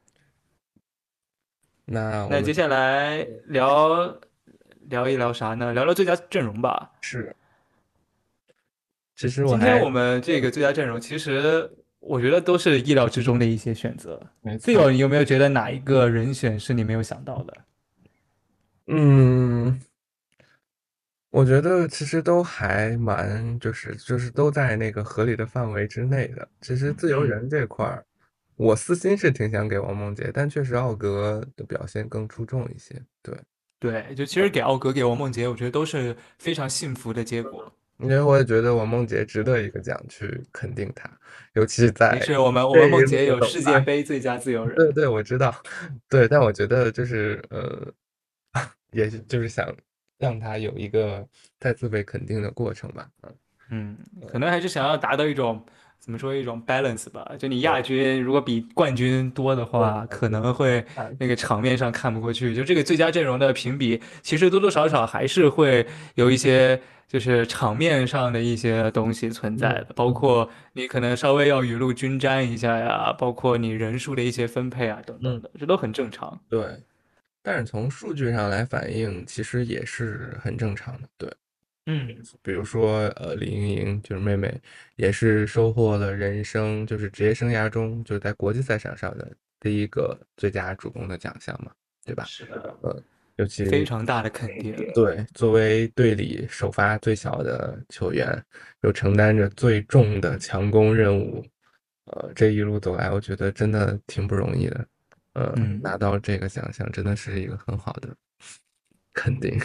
Speaker 2: 那我们
Speaker 1: 那接下来聊聊一聊啥呢？聊聊最佳阵容吧。
Speaker 2: 是，其实我
Speaker 1: 今天
Speaker 2: 还
Speaker 1: 我们这个最佳阵容，其实我觉得都是意料之中的一些选择。
Speaker 2: 没错。
Speaker 1: 队友，你有没有觉得哪一个人选是你没有想到的？
Speaker 2: 嗯， 我觉得其实都还蛮，就是就是都在那个合理的范围之内的。其实自由
Speaker 1: 嗯，
Speaker 2: 人这块儿，我私心是挺想给王梦洁，但确实奥格的表现更出众一些。对，
Speaker 1: 对，就其实给奥格给王梦洁，我觉得都是非常幸福的结果。
Speaker 2: 因为我也觉得王梦洁值得一个奖去肯定她，尤其在
Speaker 1: 没事，我们我们
Speaker 2: 这一路
Speaker 1: 梦洁有世界
Speaker 2: 走来。
Speaker 1: 杯最佳自由人。
Speaker 2: 对对，我知道，对，但我觉得就是呃，也是就是想让她有一个再次被肯定的过程吧。嗯，
Speaker 1: 嗯，可能还是想要达到一种怎么说一种 balance 吧。就你
Speaker 2: 对，
Speaker 1: 亚军如果比冠军多的
Speaker 2: 对，
Speaker 1: 话，可能会
Speaker 2: 看，
Speaker 1: 那个场面上看不过去。就这个最佳阵容的评比，其实多多少少还是会有一些就是场面上的一些东西存在
Speaker 2: 嗯
Speaker 1: 的，包
Speaker 2: 嗯
Speaker 1: 括你可能稍微要雨露均沾一下呀，包括你人数的一些分配啊等等
Speaker 2: 嗯，
Speaker 1: 的，这都很正常。
Speaker 2: 对。但是从数据上来反映，其实也是很正常的。对，
Speaker 1: 嗯，
Speaker 2: 比如说呃，李盈莹就是妹妹，也是收获了人生就是职业生涯中就是在国际赛场上的第一个最佳主攻的奖项嘛，对吧？
Speaker 1: 是的，
Speaker 2: 呃，尤其
Speaker 1: 非常大的肯定。
Speaker 2: 对作为队里首发最小的球员，又承担着最重的强攻任务，呃，这一路走来，我觉得真的挺不容易的。呃，
Speaker 1: 嗯。
Speaker 2: 拿到这个奖项真的是一个很好的肯定。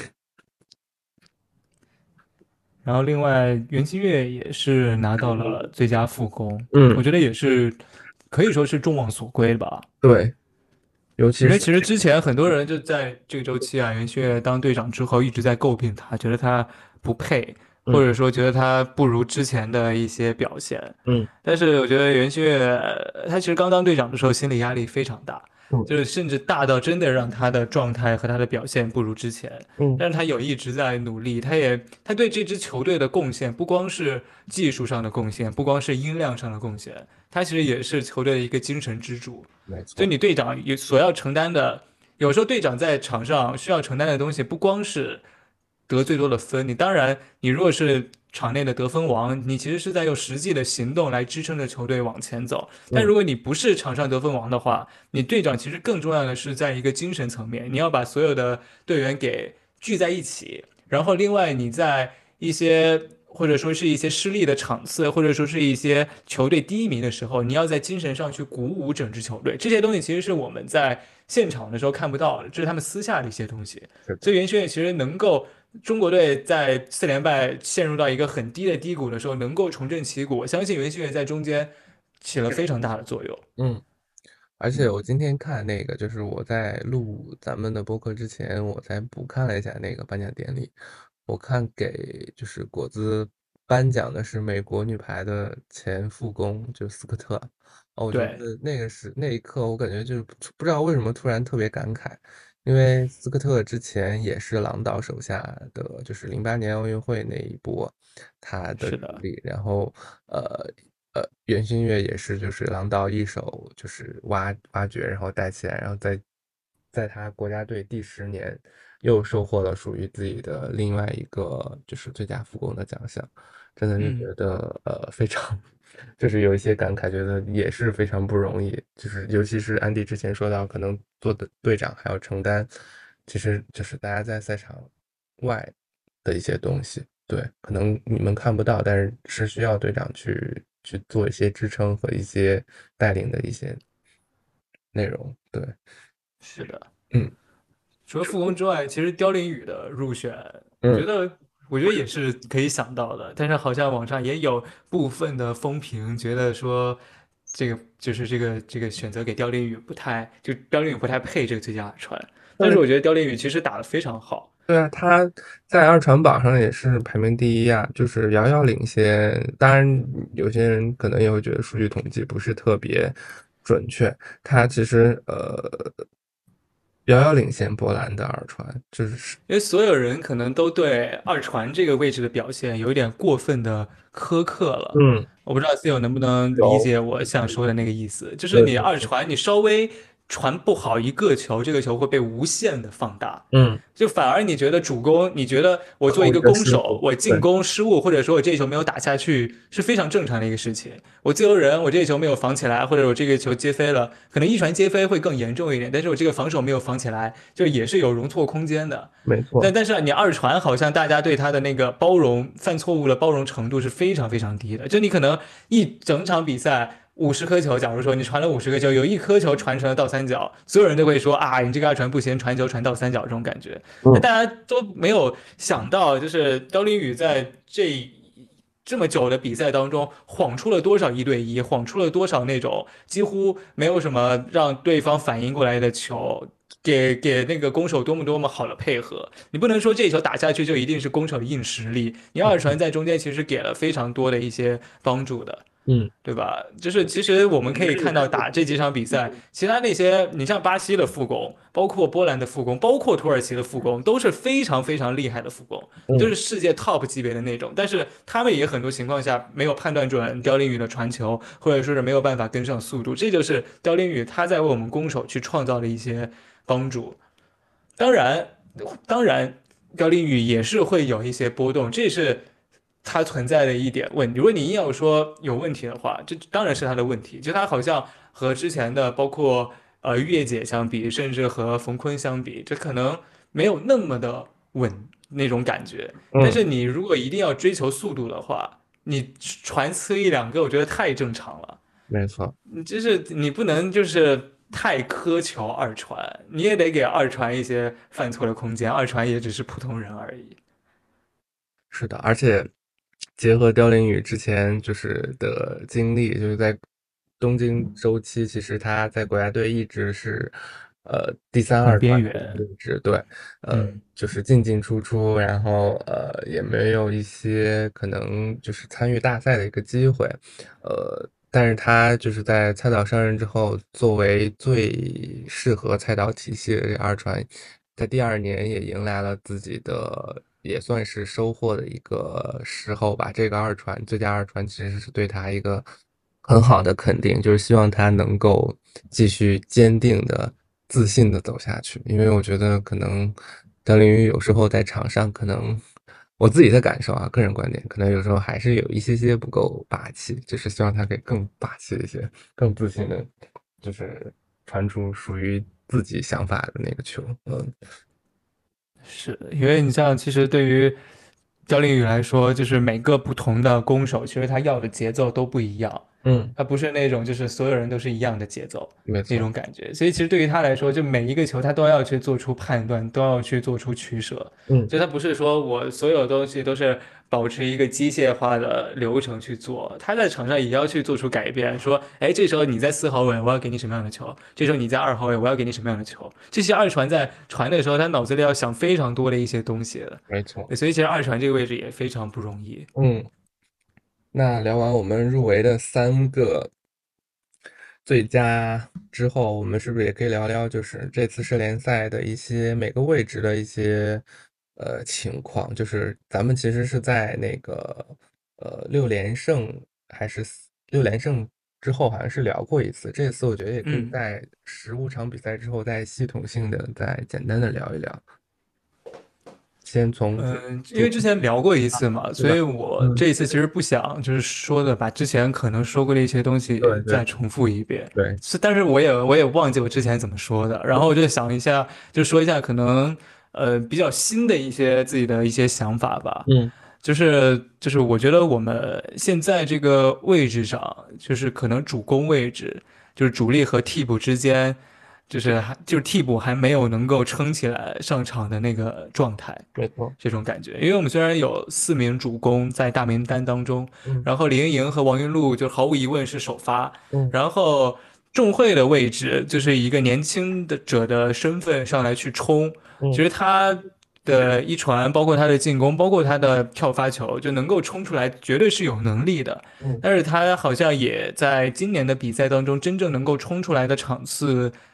Speaker 1: 然后另外袁心玥也是拿到了最佳副攻，我
Speaker 2: 嗯，
Speaker 1: 觉得也是可以说是众望所归吧。
Speaker 2: 对，尤其是
Speaker 1: 因为其实之前很多人就在这个周期啊，袁心玥当队长之后一直在诟病他，觉得他不配，或
Speaker 2: 嗯
Speaker 1: 者说觉得他不如之前的一些表现。
Speaker 2: 嗯
Speaker 1: 但是我觉得袁心玥，呃他其实刚当队长的时候心理压力非常大，
Speaker 2: 嗯
Speaker 1: 就是甚至大到真的让他的状态和他的表现不如之前。
Speaker 2: 嗯
Speaker 1: 但是他有一直在努力，他也他对这支球队的贡献不光是技术上的贡献，不光是音量上的贡献，他其实也是球队的一个精神支柱。
Speaker 2: 没错，
Speaker 1: 就你队长有所要承担的，有时候队长在场上需要承担的东西，不光是得最多的分，你当然，你如果是场内的得分王，你其实是在用实际的行动来支撑着球队往前走。但
Speaker 2: 嗯
Speaker 1: 如果你不是场上得分王的话，你队长其实更重要的是在一个精神层面，你要把所有的队员给聚在一起，然后另外你在一些或者说是一些失利的场次，或者说是一些球队低迷的时候，你要在精神上去鼓舞整支球队。这些东西其实是我们在现场的时候看不到的，这是他们私下的一些东西。
Speaker 2: 是的，
Speaker 1: 所以袁轩其实能够。中国队在四连败陷入到一个很低的低谷的时候，能够重振旗鼓，我相信袁心玥在中间起了非常大的作用。
Speaker 2: 嗯。而且我今天看那个，就是我在录咱们的播客之前，我才补看了一下那个颁奖典礼。我看给就是果子颁奖的是美国女排的前副攻，就斯科特。哦，我觉
Speaker 1: 对，
Speaker 2: 得那个是那一刻，我感觉就是不知道为什么突然特别感慨，因为斯科特之前也是郎导手下的，就是零八年奥运会那一波他的
Speaker 1: 是的，
Speaker 2: 主力，然后呃呃，袁心玥也是，就是郎导一手就是挖挖掘，然后带起来，然后在在他国家队第十年又收获了属于自己的另外一个就是最佳副攻的奖项，真的是
Speaker 1: 嗯。
Speaker 2: 觉得呃非常，就是有一些感慨，觉得也是非常不容易，就是尤其是安迪之前说到，可能做的队长还要承担，其实就是大家在赛场外的一些东西。对，可能你们看不到，但是是需要队长去去做一些支撑和一些带领的一些内容。对，
Speaker 1: 是的，
Speaker 2: 嗯
Speaker 1: 除了副攻之外，其实刁琳宇的入选，我觉
Speaker 2: 嗯，
Speaker 1: 得，我觉得也是可以想到的。但是好像网上也有部分的风评觉得说，这个就是这个这个选择给刁琳宇不太，就刁琳宇不太配这个最佳二传。但是
Speaker 2: 对
Speaker 1: 我觉得刁琳宇其实打得非常好。
Speaker 2: 对啊，他在二传榜上也是排名第一啊，就是遥遥领先。当然，有些人可能也会觉得数据统计不是特别准确，他其实呃遥遥领先波兰的二传，就是
Speaker 1: 因为所有人可能都对二传这个位置的表现有一点过分的苛刻了。
Speaker 2: 嗯，
Speaker 1: 我不知道 C 友能不能理
Speaker 2: 有，
Speaker 1: 解我想说的那个意思，就是你
Speaker 2: 对对对，
Speaker 1: 二传你稍微传不好一个球，这个球会被无限的放大。
Speaker 2: 嗯，
Speaker 1: 就反而你觉得主攻，你觉得我做一个
Speaker 2: 扣一个
Speaker 1: 攻手，
Speaker 2: 失误，
Speaker 1: 我进
Speaker 2: 对，
Speaker 1: 攻失误，或者说我这一球没有打下去，是非常正常的一个事情。我自由人，我这一球没有防起来，或者我这个球接飞了，可能一传接飞会更严重一点，但是我这个防守没有防起来，就也是有容错空间的。
Speaker 2: 没错，
Speaker 1: 但但是你二传好像大家对他的那个包容犯错误的包容程度是非常非常低的，就你可能一整场比赛。五十颗球，假如说你传了五十个球，有一颗球传成了倒三角，所有人都会说啊，你这个二传不行，传球传倒三角这种感觉。那
Speaker 2: 嗯，
Speaker 1: 大家都没有想到，就是刁林宇在这这么久的比赛当中，晃出了多少一对一，晃出了多少那种几乎没有什么让对方反应过来的球。给给那个攻手多么多么好的配合，你不能说这一球打下去就一定是攻手的硬实力，你二传在中间其实给了非常多的一些帮助的。
Speaker 2: 嗯，
Speaker 1: 对吧？就是其实我们可以看到打这几场比赛，其他那些你像巴西的副攻，包括波兰的副攻，包括土耳其的副攻，都是非常非常厉害的副攻，都
Speaker 2: 嗯，
Speaker 1: 是世界 top 级别的那种。但是他们也很多情况下没有判断准刁林宇的传球，或者说是没有办法跟上速度，这就是刁林宇他在为我们攻手去创造的一些帮助。当然，当然，刁林宇也是会有一些波动，这是它存在的一点问题。如果你硬要说有问题的话，这当然是他的问题。就他好像和之前的包括呃月姐相比，甚至和冯坤相比，这可能没有那么的稳那种感觉。但
Speaker 2: 嗯，
Speaker 1: 是你如果一定要追求速度的话，你传呲一两个，我觉得太正常了。
Speaker 2: 没错。
Speaker 1: 你就是你不能就是太苛求二传，你也得给二传一些犯错的空间，二传也只是普通人而已。
Speaker 2: 是的，而且结合刁林宇之前就是的经历，就是在东京周期，其实他在国家队一直是呃第三
Speaker 1: 很
Speaker 2: 二传的
Speaker 1: 边缘。
Speaker 2: 位置，对，呃，
Speaker 1: 嗯
Speaker 2: 就是进进出出，然后呃也没有一些可能就是参与大赛的一个机会，呃，但是他就是在菜岛上任之后，作为最适合菜岛体系的这二传，在第二年也迎来了自己的，也算是收获的一个时候吧。这个二传最佳二传其实是对他一个很好的肯定，就是希望他能够继续坚定的、自信的走下去。因为我觉得可能德林鱼有时候在场上，可能我自己的感受啊，个人观点，可能有时候还是有一些些不够霸气，就是希望他可以更霸气一些，更自信的，就是传出属于自己想法的那个球。嗯，
Speaker 1: 是的，因为你像其实对于教练宇来说，就是每个不同的攻守，其实他要的节奏都不一样，
Speaker 2: 嗯，
Speaker 1: 他不是那种就是所有人都是一样的节奏那
Speaker 2: 没错。
Speaker 1: 种感觉，所以其实对于他来说，就每一个球他都要去做出判断，都要去做出取舍，
Speaker 2: 嗯，
Speaker 1: 就他不是说我所有东西都是保持一个机械化的流程去做，他在场上也要去做出改变，说，哎，这时候你在四号位，我要给你什么样的球？这时候你在二号位，我要给你什么样的球？这些二传在传的时候，他脑子里要想非常多的一些东西的，
Speaker 2: 没错。
Speaker 1: 所以其实二传这个位置也非常不容易。
Speaker 2: 嗯，那聊完我们入围的三个最佳之后，我们是不是也可以聊聊，就是这次世联赛的一些每个位置的一些呃情况？就是咱们其实是在那个呃六连胜还是四六连胜之后，好像是聊过一次。这次我觉得也可以
Speaker 1: 嗯。
Speaker 2: 在十五场比赛之后，再系统性的再简单的聊一聊。先从主
Speaker 1: 嗯，因为
Speaker 2: 主
Speaker 1: 之前聊过一次嘛，所以
Speaker 2: 是的，嗯，
Speaker 1: 我这一次其实不想就是说的把之前可能说过的一些东西
Speaker 2: 对对
Speaker 1: 再重复一遍，
Speaker 2: 对，
Speaker 1: 是，但是我也我也忘记我之前怎么说的，然后我就想一下，就说一下可能呃比较新的一些自己的一些想法吧，
Speaker 2: 嗯
Speaker 1: 就是就是我觉得我们现在这个位置上，就是可能主攻位置，就是主力和替补之间。就是还就是替补还没有能够撑起来上场的那个状态，
Speaker 2: 没错，
Speaker 1: 这种感觉。因为我们虽然有四名主攻在大名单当中，
Speaker 2: 嗯
Speaker 1: 然后李盈莹和王云璐就毫无疑问是首发，
Speaker 2: 嗯
Speaker 1: 然后仲慧的位置就是以一个年轻的者的身份上来去冲，其
Speaker 2: 嗯
Speaker 1: 实他的一传，包括他的进攻，包括他的跳发球，就能够冲出来，绝对是有能力的。
Speaker 2: 嗯
Speaker 1: 但是他好像也在今年的比赛当中，真正能够冲出来的场次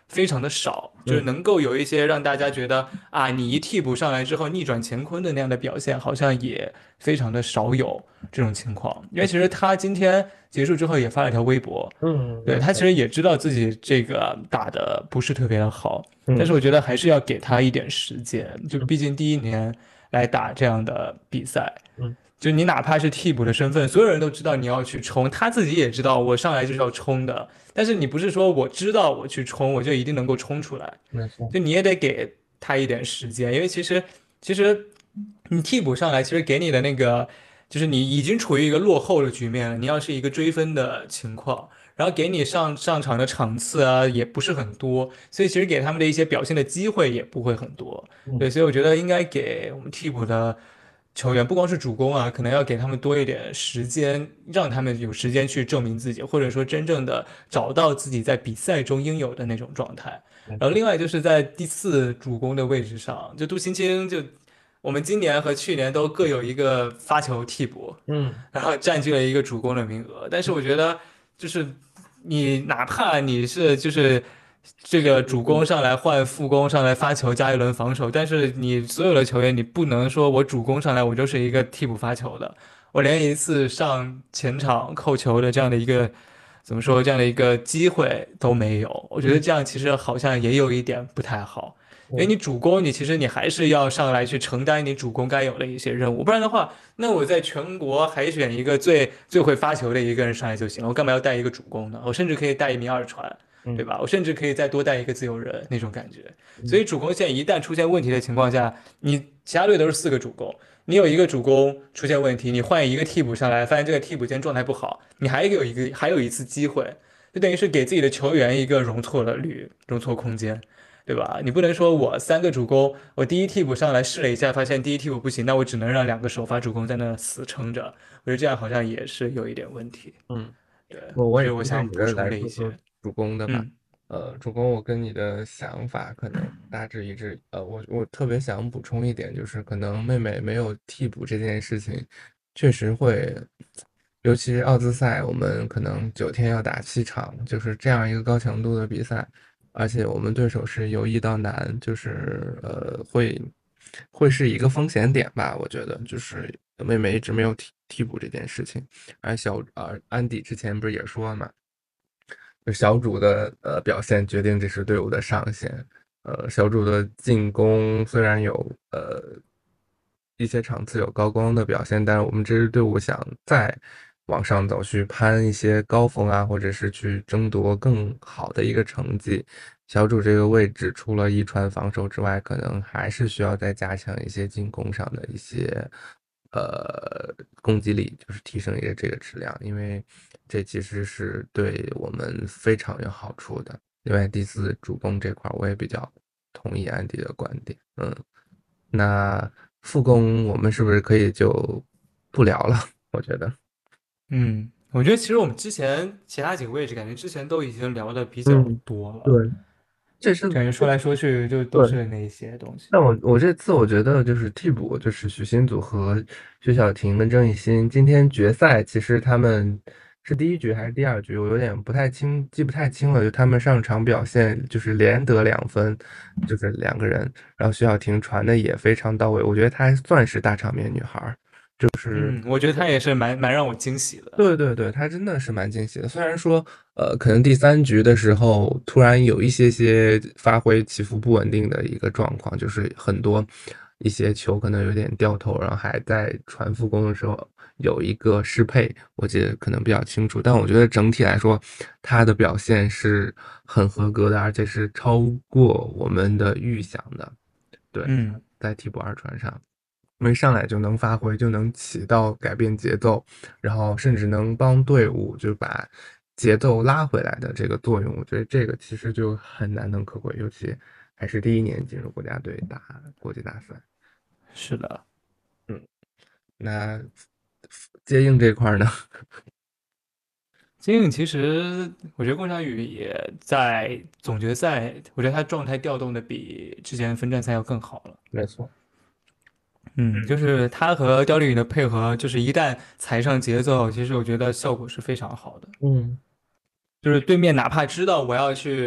Speaker 1: 非常的少，就是
Speaker 2: 嗯
Speaker 1: 能够有一些让大家觉得啊，你一替补上来之后逆转乾坤的那样的表现，好像也非常的少有这种情况。因为其实他今天结束之后也发了条微博，
Speaker 2: 嗯，
Speaker 1: 对，
Speaker 2: 没错，
Speaker 1: 他其实也知道自己这个打的不是特别的好，但是
Speaker 2: 嗯
Speaker 1: 我觉得还是要给他一点时间，就
Speaker 2: 嗯
Speaker 1: 毕竟第一年来打这样的比赛。
Speaker 2: 嗯
Speaker 1: 就你哪怕是替补的身份，所有人都知道你要去冲，他自己也知道我上来就是要冲的。但是你不是说我知道我去冲，我就一定能够冲出来，
Speaker 2: 没错，
Speaker 1: 就你也得给他一点时间，因为其实其实你替补上来，其实给你的那个就是你已经处于一个落后的局面了，你要是一个追分的情况，然后给你上上场的场次啊也不是很多，所以其实给他们的一些表现的机会也不会很多。
Speaker 2: 嗯
Speaker 1: 对，所以我觉得应该给我们替补的球员，不光是主攻啊，可能要给他们多一点时间，让他们有时间去证明自己，或者说真正的找到自己在比赛中应有的那种状态。然后
Speaker 2: 没错，
Speaker 1: 另外就是在第四主攻的位置上，就杜青青就我们今年和去年都各有一个发球替补，
Speaker 2: 嗯
Speaker 1: 然后占据了一个主攻的名额。但是我觉得，就是你哪怕你是就是这个主攻上来换副攻上来发球加一轮防守，但是你所有的球员，你不能说我主攻上来我就是一个替补发球的，我连一次上前场扣球的这样的一个怎么说这样的一个机会都没有。我觉得
Speaker 2: 嗯
Speaker 1: 这样其实好像也有一点不太好。因为
Speaker 2: 嗯
Speaker 1: 你主攻，你其实你还是要上来去承担你主攻该有的一些任务，不然的话，那我在全国海选一个最最会发球的一个人上来就行了，我干嘛要带一个主攻呢？我甚至可以带一名二传，对
Speaker 2: 嗯
Speaker 1: 吧？我甚至可以再多带一个自由人那种感觉。所
Speaker 2: 嗯
Speaker 1: 以主攻线一旦出现问题的情况下，你其他队都是四个主攻，你有一个主攻出现问题，你换一个替补上来，发现这个替补今天状态不好，你还有一个还有一次机会，就等于是给自己的球员一个容错的率、容错空间。对吧？你不能说我三个主攻，我第一替补上来试了一下，发现第一替补不行，那我只能让两个首发主攻在那死撑着。我觉得这样好像也是有一点问题。
Speaker 2: 嗯。
Speaker 1: 对，
Speaker 2: 我我也
Speaker 1: 这是我
Speaker 2: 针对你的
Speaker 1: 想补充
Speaker 2: 来说说
Speaker 1: 的一些。
Speaker 2: 主攻的吧，
Speaker 1: 嗯
Speaker 2: 呃，主攻我跟你的想法可能大致一致，呃，我我特别想补充一点，就是可能妹妹没有替补这件事情，确实会，尤其是奥兹赛，我们可能九天要打七场，就是这样一个高强度的比赛，而且我们对手是由易到难，就是呃会会是一个风险点吧，我觉得就是妹妹一直没有替替补这件事情。而小而安迪之前不是也说了嘛，就小组的呃表现决定这支队伍的上限。呃，小组的进攻虽然有呃一些场次有高光的表现，但是我们这支队伍想再往上走，去攀一些高峰啊，或者是去争夺更好的一个成绩，小组这个位置除了一传防守之外，可能还是需要再加强一些进攻上的一些呃攻击力，就是提升一个这个质量，因为这其实是对我们非常有好处的。另外，第四主攻这块儿我也比较同意安迪的观点，嗯，那副攻我们是不是可以就不聊了？我觉得，
Speaker 1: 嗯，我觉得其实我们之前其他几个位置，感觉之前都已经聊的比较
Speaker 2: 嗯，
Speaker 1: 多了，
Speaker 2: 对，这是
Speaker 1: 感觉说来说去就都
Speaker 2: 对。
Speaker 1: 是那一些东西。
Speaker 2: 那我我这次我觉得就是替补，就是许昕组和薛晓婷跟郑义欣。今天决赛其实他们是第一局还是第二局，我有点不太清，记不太清了。就他们上场表现就是连得两分，就是两个人。然后薛晓婷传的也非常到位，我觉得她还算是大场面女孩儿。
Speaker 1: 嗯，我觉得他也是蛮蛮让我惊喜的。
Speaker 2: 对对对，他真的是蛮惊喜的。虽然说，呃，可能第三局的时候突然有一些些发挥起伏不稳定的一个状况，就是很多一些球可能有点掉头，然后还在传副攻的时候有一个失配，我记得可能比较清楚。但我觉得整体来说，他的表现是很合格的，而且是超过我们的预想的。对，
Speaker 1: 嗯。
Speaker 2: 在替补二传上。因为上来就能发挥，就能起到改变节奏，然后甚至能帮队伍就把节奏拉回来的这个作用，我觉得这个其实就很难能可贵，尤其还是第一年进入国家队打国际大赛。
Speaker 1: 是的。
Speaker 2: 嗯，那接应这块儿呢？
Speaker 1: 金颖其实，我觉得龚翔宇也在总决赛，我觉得他状态调动的比之前分站赛要更好了。
Speaker 2: 没错，
Speaker 1: 嗯，就是他和刁丽宇的配合，就是一旦踩上节奏，其实我觉得效果是非常好的。
Speaker 2: 嗯
Speaker 1: 就是对面哪怕知道我要去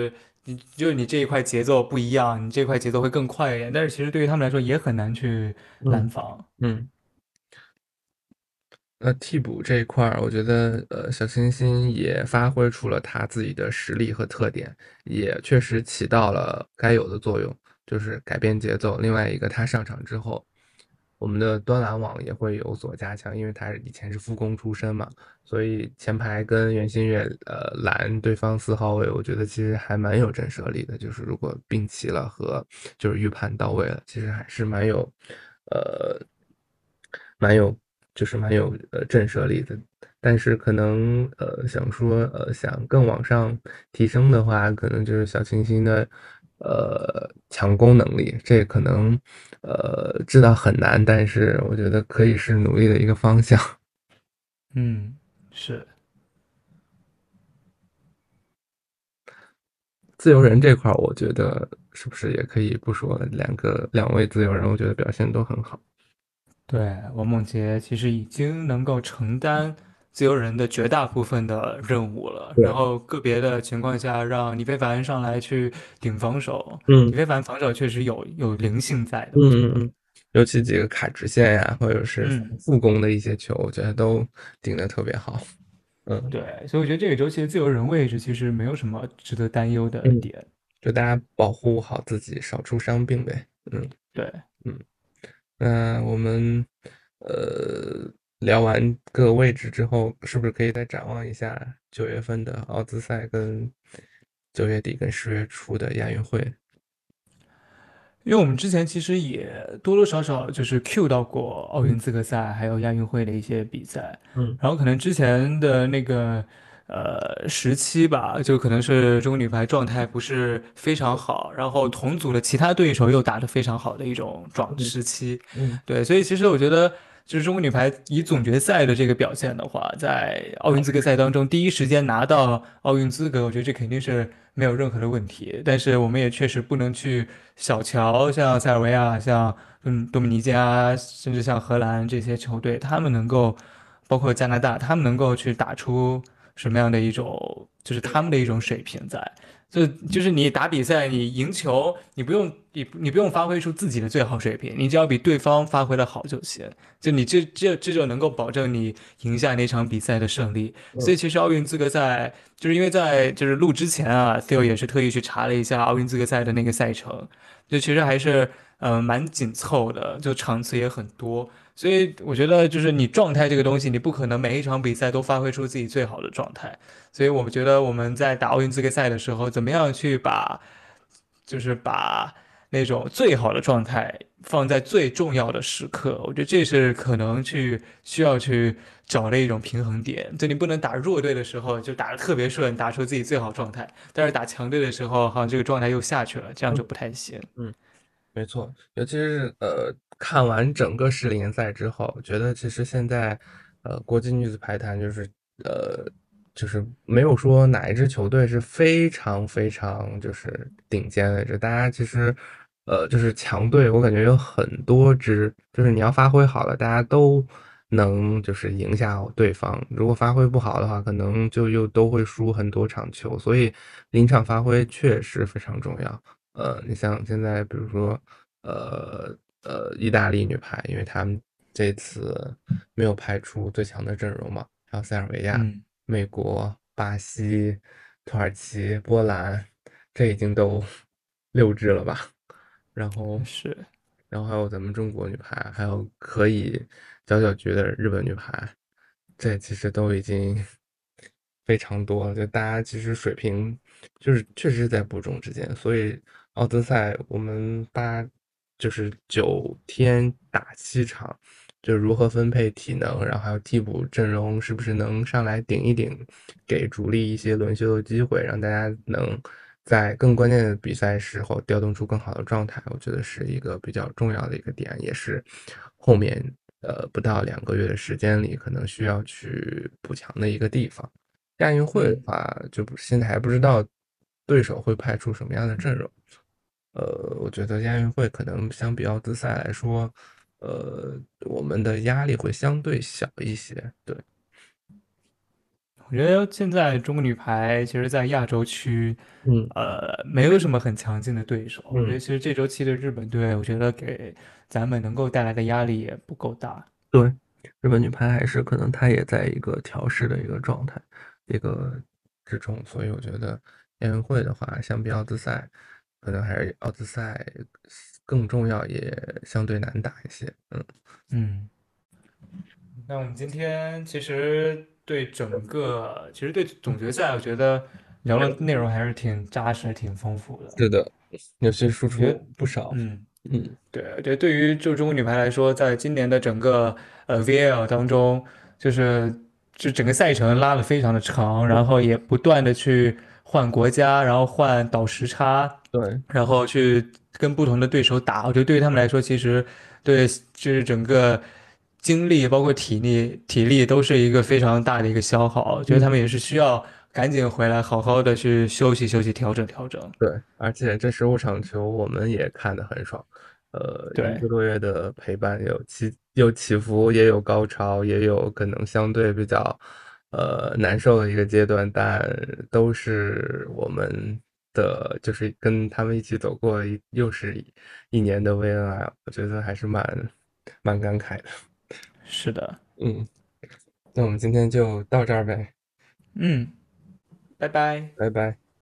Speaker 1: 就是你这一块节奏不一样，你这块节奏会更快一点，但是其实对于他们来说也很难去拦
Speaker 2: 嗯
Speaker 1: 防。
Speaker 2: 嗯。那替补这一块儿，我觉得呃，小清新也发挥出了他自己的实力和特点，也确实起到了该有的作用，就是改变节奏。另外一个，他上场之后，我们的端拦网也会有所加强，因为他以前是副攻出身嘛，所以前排跟袁心玥呃拦对方四号位，我觉得其实还蛮有震慑力的。就是如果并齐了和就是预判到位了，其实还是蛮有呃蛮有就是蛮有呃震慑力的。但是可能呃想说呃想更往上提升的话，可能就是小清新的呃强攻能力，这可能呃知道很难，但是我觉得可以是努力的一个方向。
Speaker 1: 嗯，是。
Speaker 2: 自由人这块儿，我觉得是不是也可以不说两个两位自由人，我觉得表现都很好。
Speaker 1: 对，王梦洁其实已经能够承担自由人的绝大部分的任务了，然
Speaker 2: 对，
Speaker 1: 后个别的情况下让李非凡上来去顶防守，李
Speaker 2: 嗯
Speaker 1: 非凡防守确实有有灵性在的，我觉得。
Speaker 2: 嗯嗯嗯，尤其几个卡直线呀，或者是
Speaker 1: 嗯，
Speaker 2: 副攻的一些球，我觉得都顶得特别好。嗯
Speaker 1: 对，所以我觉得这个周期的自由人位置其实没有什么值得担忧的
Speaker 2: 嗯，
Speaker 1: 点。
Speaker 2: 就大家保护好自己，少出伤病呗。嗯
Speaker 1: 对，
Speaker 2: 嗯，那我们呃聊完各个位置之后，是不是可以再展望一下九月份的奥兹赛跟九月底跟十月初的亚运会？
Speaker 1: 因为我们之前其实也多多少少就是 cue 到过奥
Speaker 2: 嗯
Speaker 1: 运资格赛，还有亚运会的一些比赛，
Speaker 2: 嗯
Speaker 1: 然后可能之前的那个呃时期吧，就可能是中国女排状态不是非常好，然后同组的其他对手又打得非常好的一种状
Speaker 2: 嗯
Speaker 1: 时期，
Speaker 2: 嗯
Speaker 1: 对，所以其实我觉得。就是中国女排以总决赛的这个表现的话，在奥运资格赛当中第一时间拿到奥运资格，我觉得这肯定是没有任何的问题。但是我们也确实不能去小瞧像塞尔维亚、像嗯多米尼加，甚至像荷兰这些球队，他们能够，包括加拿大，他们能够去打出什么样的一种，就是他们的一种水平在。就就是你打比赛，你赢球，你不用你你不用发挥出自己的最好水平，你只要比对方发挥的好就行。就你这这这就能够保证你赢下那场比赛的胜利。所以
Speaker 2: 嗯
Speaker 1: 其实奥运资格赛，就是因为在就是录之前啊，Theo 也是特意去查了一下奥运资格赛的那个赛程，就其实还是呃蛮紧凑的，就场次也很多。所以我觉得就是你状态这个东西，你不可能每一场比赛都发挥出自己最好的状态。所以我觉得我们在打奥运资格赛的时候，怎么样去把就是把那种最好的状态放在最重要的时刻，我觉得这是可能去需要去找的一种平衡点。就你不能打弱队的时候就打得特别顺，打出自己最好状态，但是打强队的时候，好像这个状态又下去了，这样就不太行。
Speaker 2: 嗯。没错，尤其是呃，看完整个世联赛之后，觉得其实现在，呃，国际女子排坛就是呃，就是没有说哪一支球队是非常非常就是顶尖的，就大家其实呃，就是强队，我感觉有很多支，就是你要发挥好了，大家都能就是赢下对方。如果发挥不好的话，可能就又都会输很多场球，所以临场发挥确实非常重要。呃，你像现在比如说，呃呃，意大利女排，因为他们这次没有派出最强的阵容嘛，还有塞尔维亚、
Speaker 1: 嗯，
Speaker 2: 美国、巴西、土耳其、波兰，这已经都六支了吧？然后，
Speaker 1: 是。
Speaker 2: 然后还有咱们中国女排，还有可以搅搅局的日本女排，这其实都已经非常多了。就大家其实水平就是确实是在伯仲之间，所以奥德赛我们八就是九天打七场，就如何分配体能，然后还有替补阵容是不是能上来顶一顶，给主力一些轮休的机会，让大家能在更关键的比赛时候调动出更好的状态，我觉得是一个比较重要的一个点，也是后面呃不到两个月的时间里可能需要去补强的一个地方。亚运会的
Speaker 1: 嗯。
Speaker 2: 话，就不现在还不知道对手会派出什么样的阵容。呃，我觉得亚运会可能相比奥德赛来说，呃，我们的压力会相对小一些。对，
Speaker 1: 我觉得现在中国女排其实，在亚洲区，
Speaker 2: 嗯
Speaker 1: 呃，没有什么很强劲的对手，所以
Speaker 2: 嗯，
Speaker 1: 其实这周期的日本队，我觉得给咱们能够带来的压力也不够大。
Speaker 2: 对，日本女排还是可能她也在一个调试的一个状态，一个之中，所以我觉得亚运会的话，相比奥兹赛，可能还是奥兹赛更重要，也相对难打一些。嗯，
Speaker 1: 嗯。那我们今天其实对整个，其实对总决赛，我觉得聊的内容还是挺扎实、挺丰富的。
Speaker 2: 是的，有些输
Speaker 1: 我觉得，
Speaker 2: 出不少。
Speaker 1: 嗯，
Speaker 2: 嗯
Speaker 1: 对对，对于就中国女排来说，在今年的整个呃 V L 当中，就是就整个赛程拉得非常的长，然后也不断的去换国家，然后换倒时差，
Speaker 2: 对，
Speaker 1: 然后去跟不同的对手打。我觉得对于他们来说，其实对就是整个精力包括体力体力都是一个非常大的一个消耗。我觉得他们
Speaker 2: 嗯。
Speaker 1: 也是需要赶紧回来，好好的去休息休息，调整调整。
Speaker 2: 对，而且这十五场球我们也看得很爽，呃，一
Speaker 1: 对。
Speaker 2: 个多月的陪伴有起有起伏，也有高潮，也有可能相对比较呃难受的一个阶段，但都是我们的，就是跟他们一起走过一又是一一年的 V N L，我觉得还是蛮蛮感慨的。
Speaker 1: 是的。
Speaker 2: 嗯，那我们今天就到这儿呗，
Speaker 1: 嗯，拜拜。
Speaker 2: 拜拜。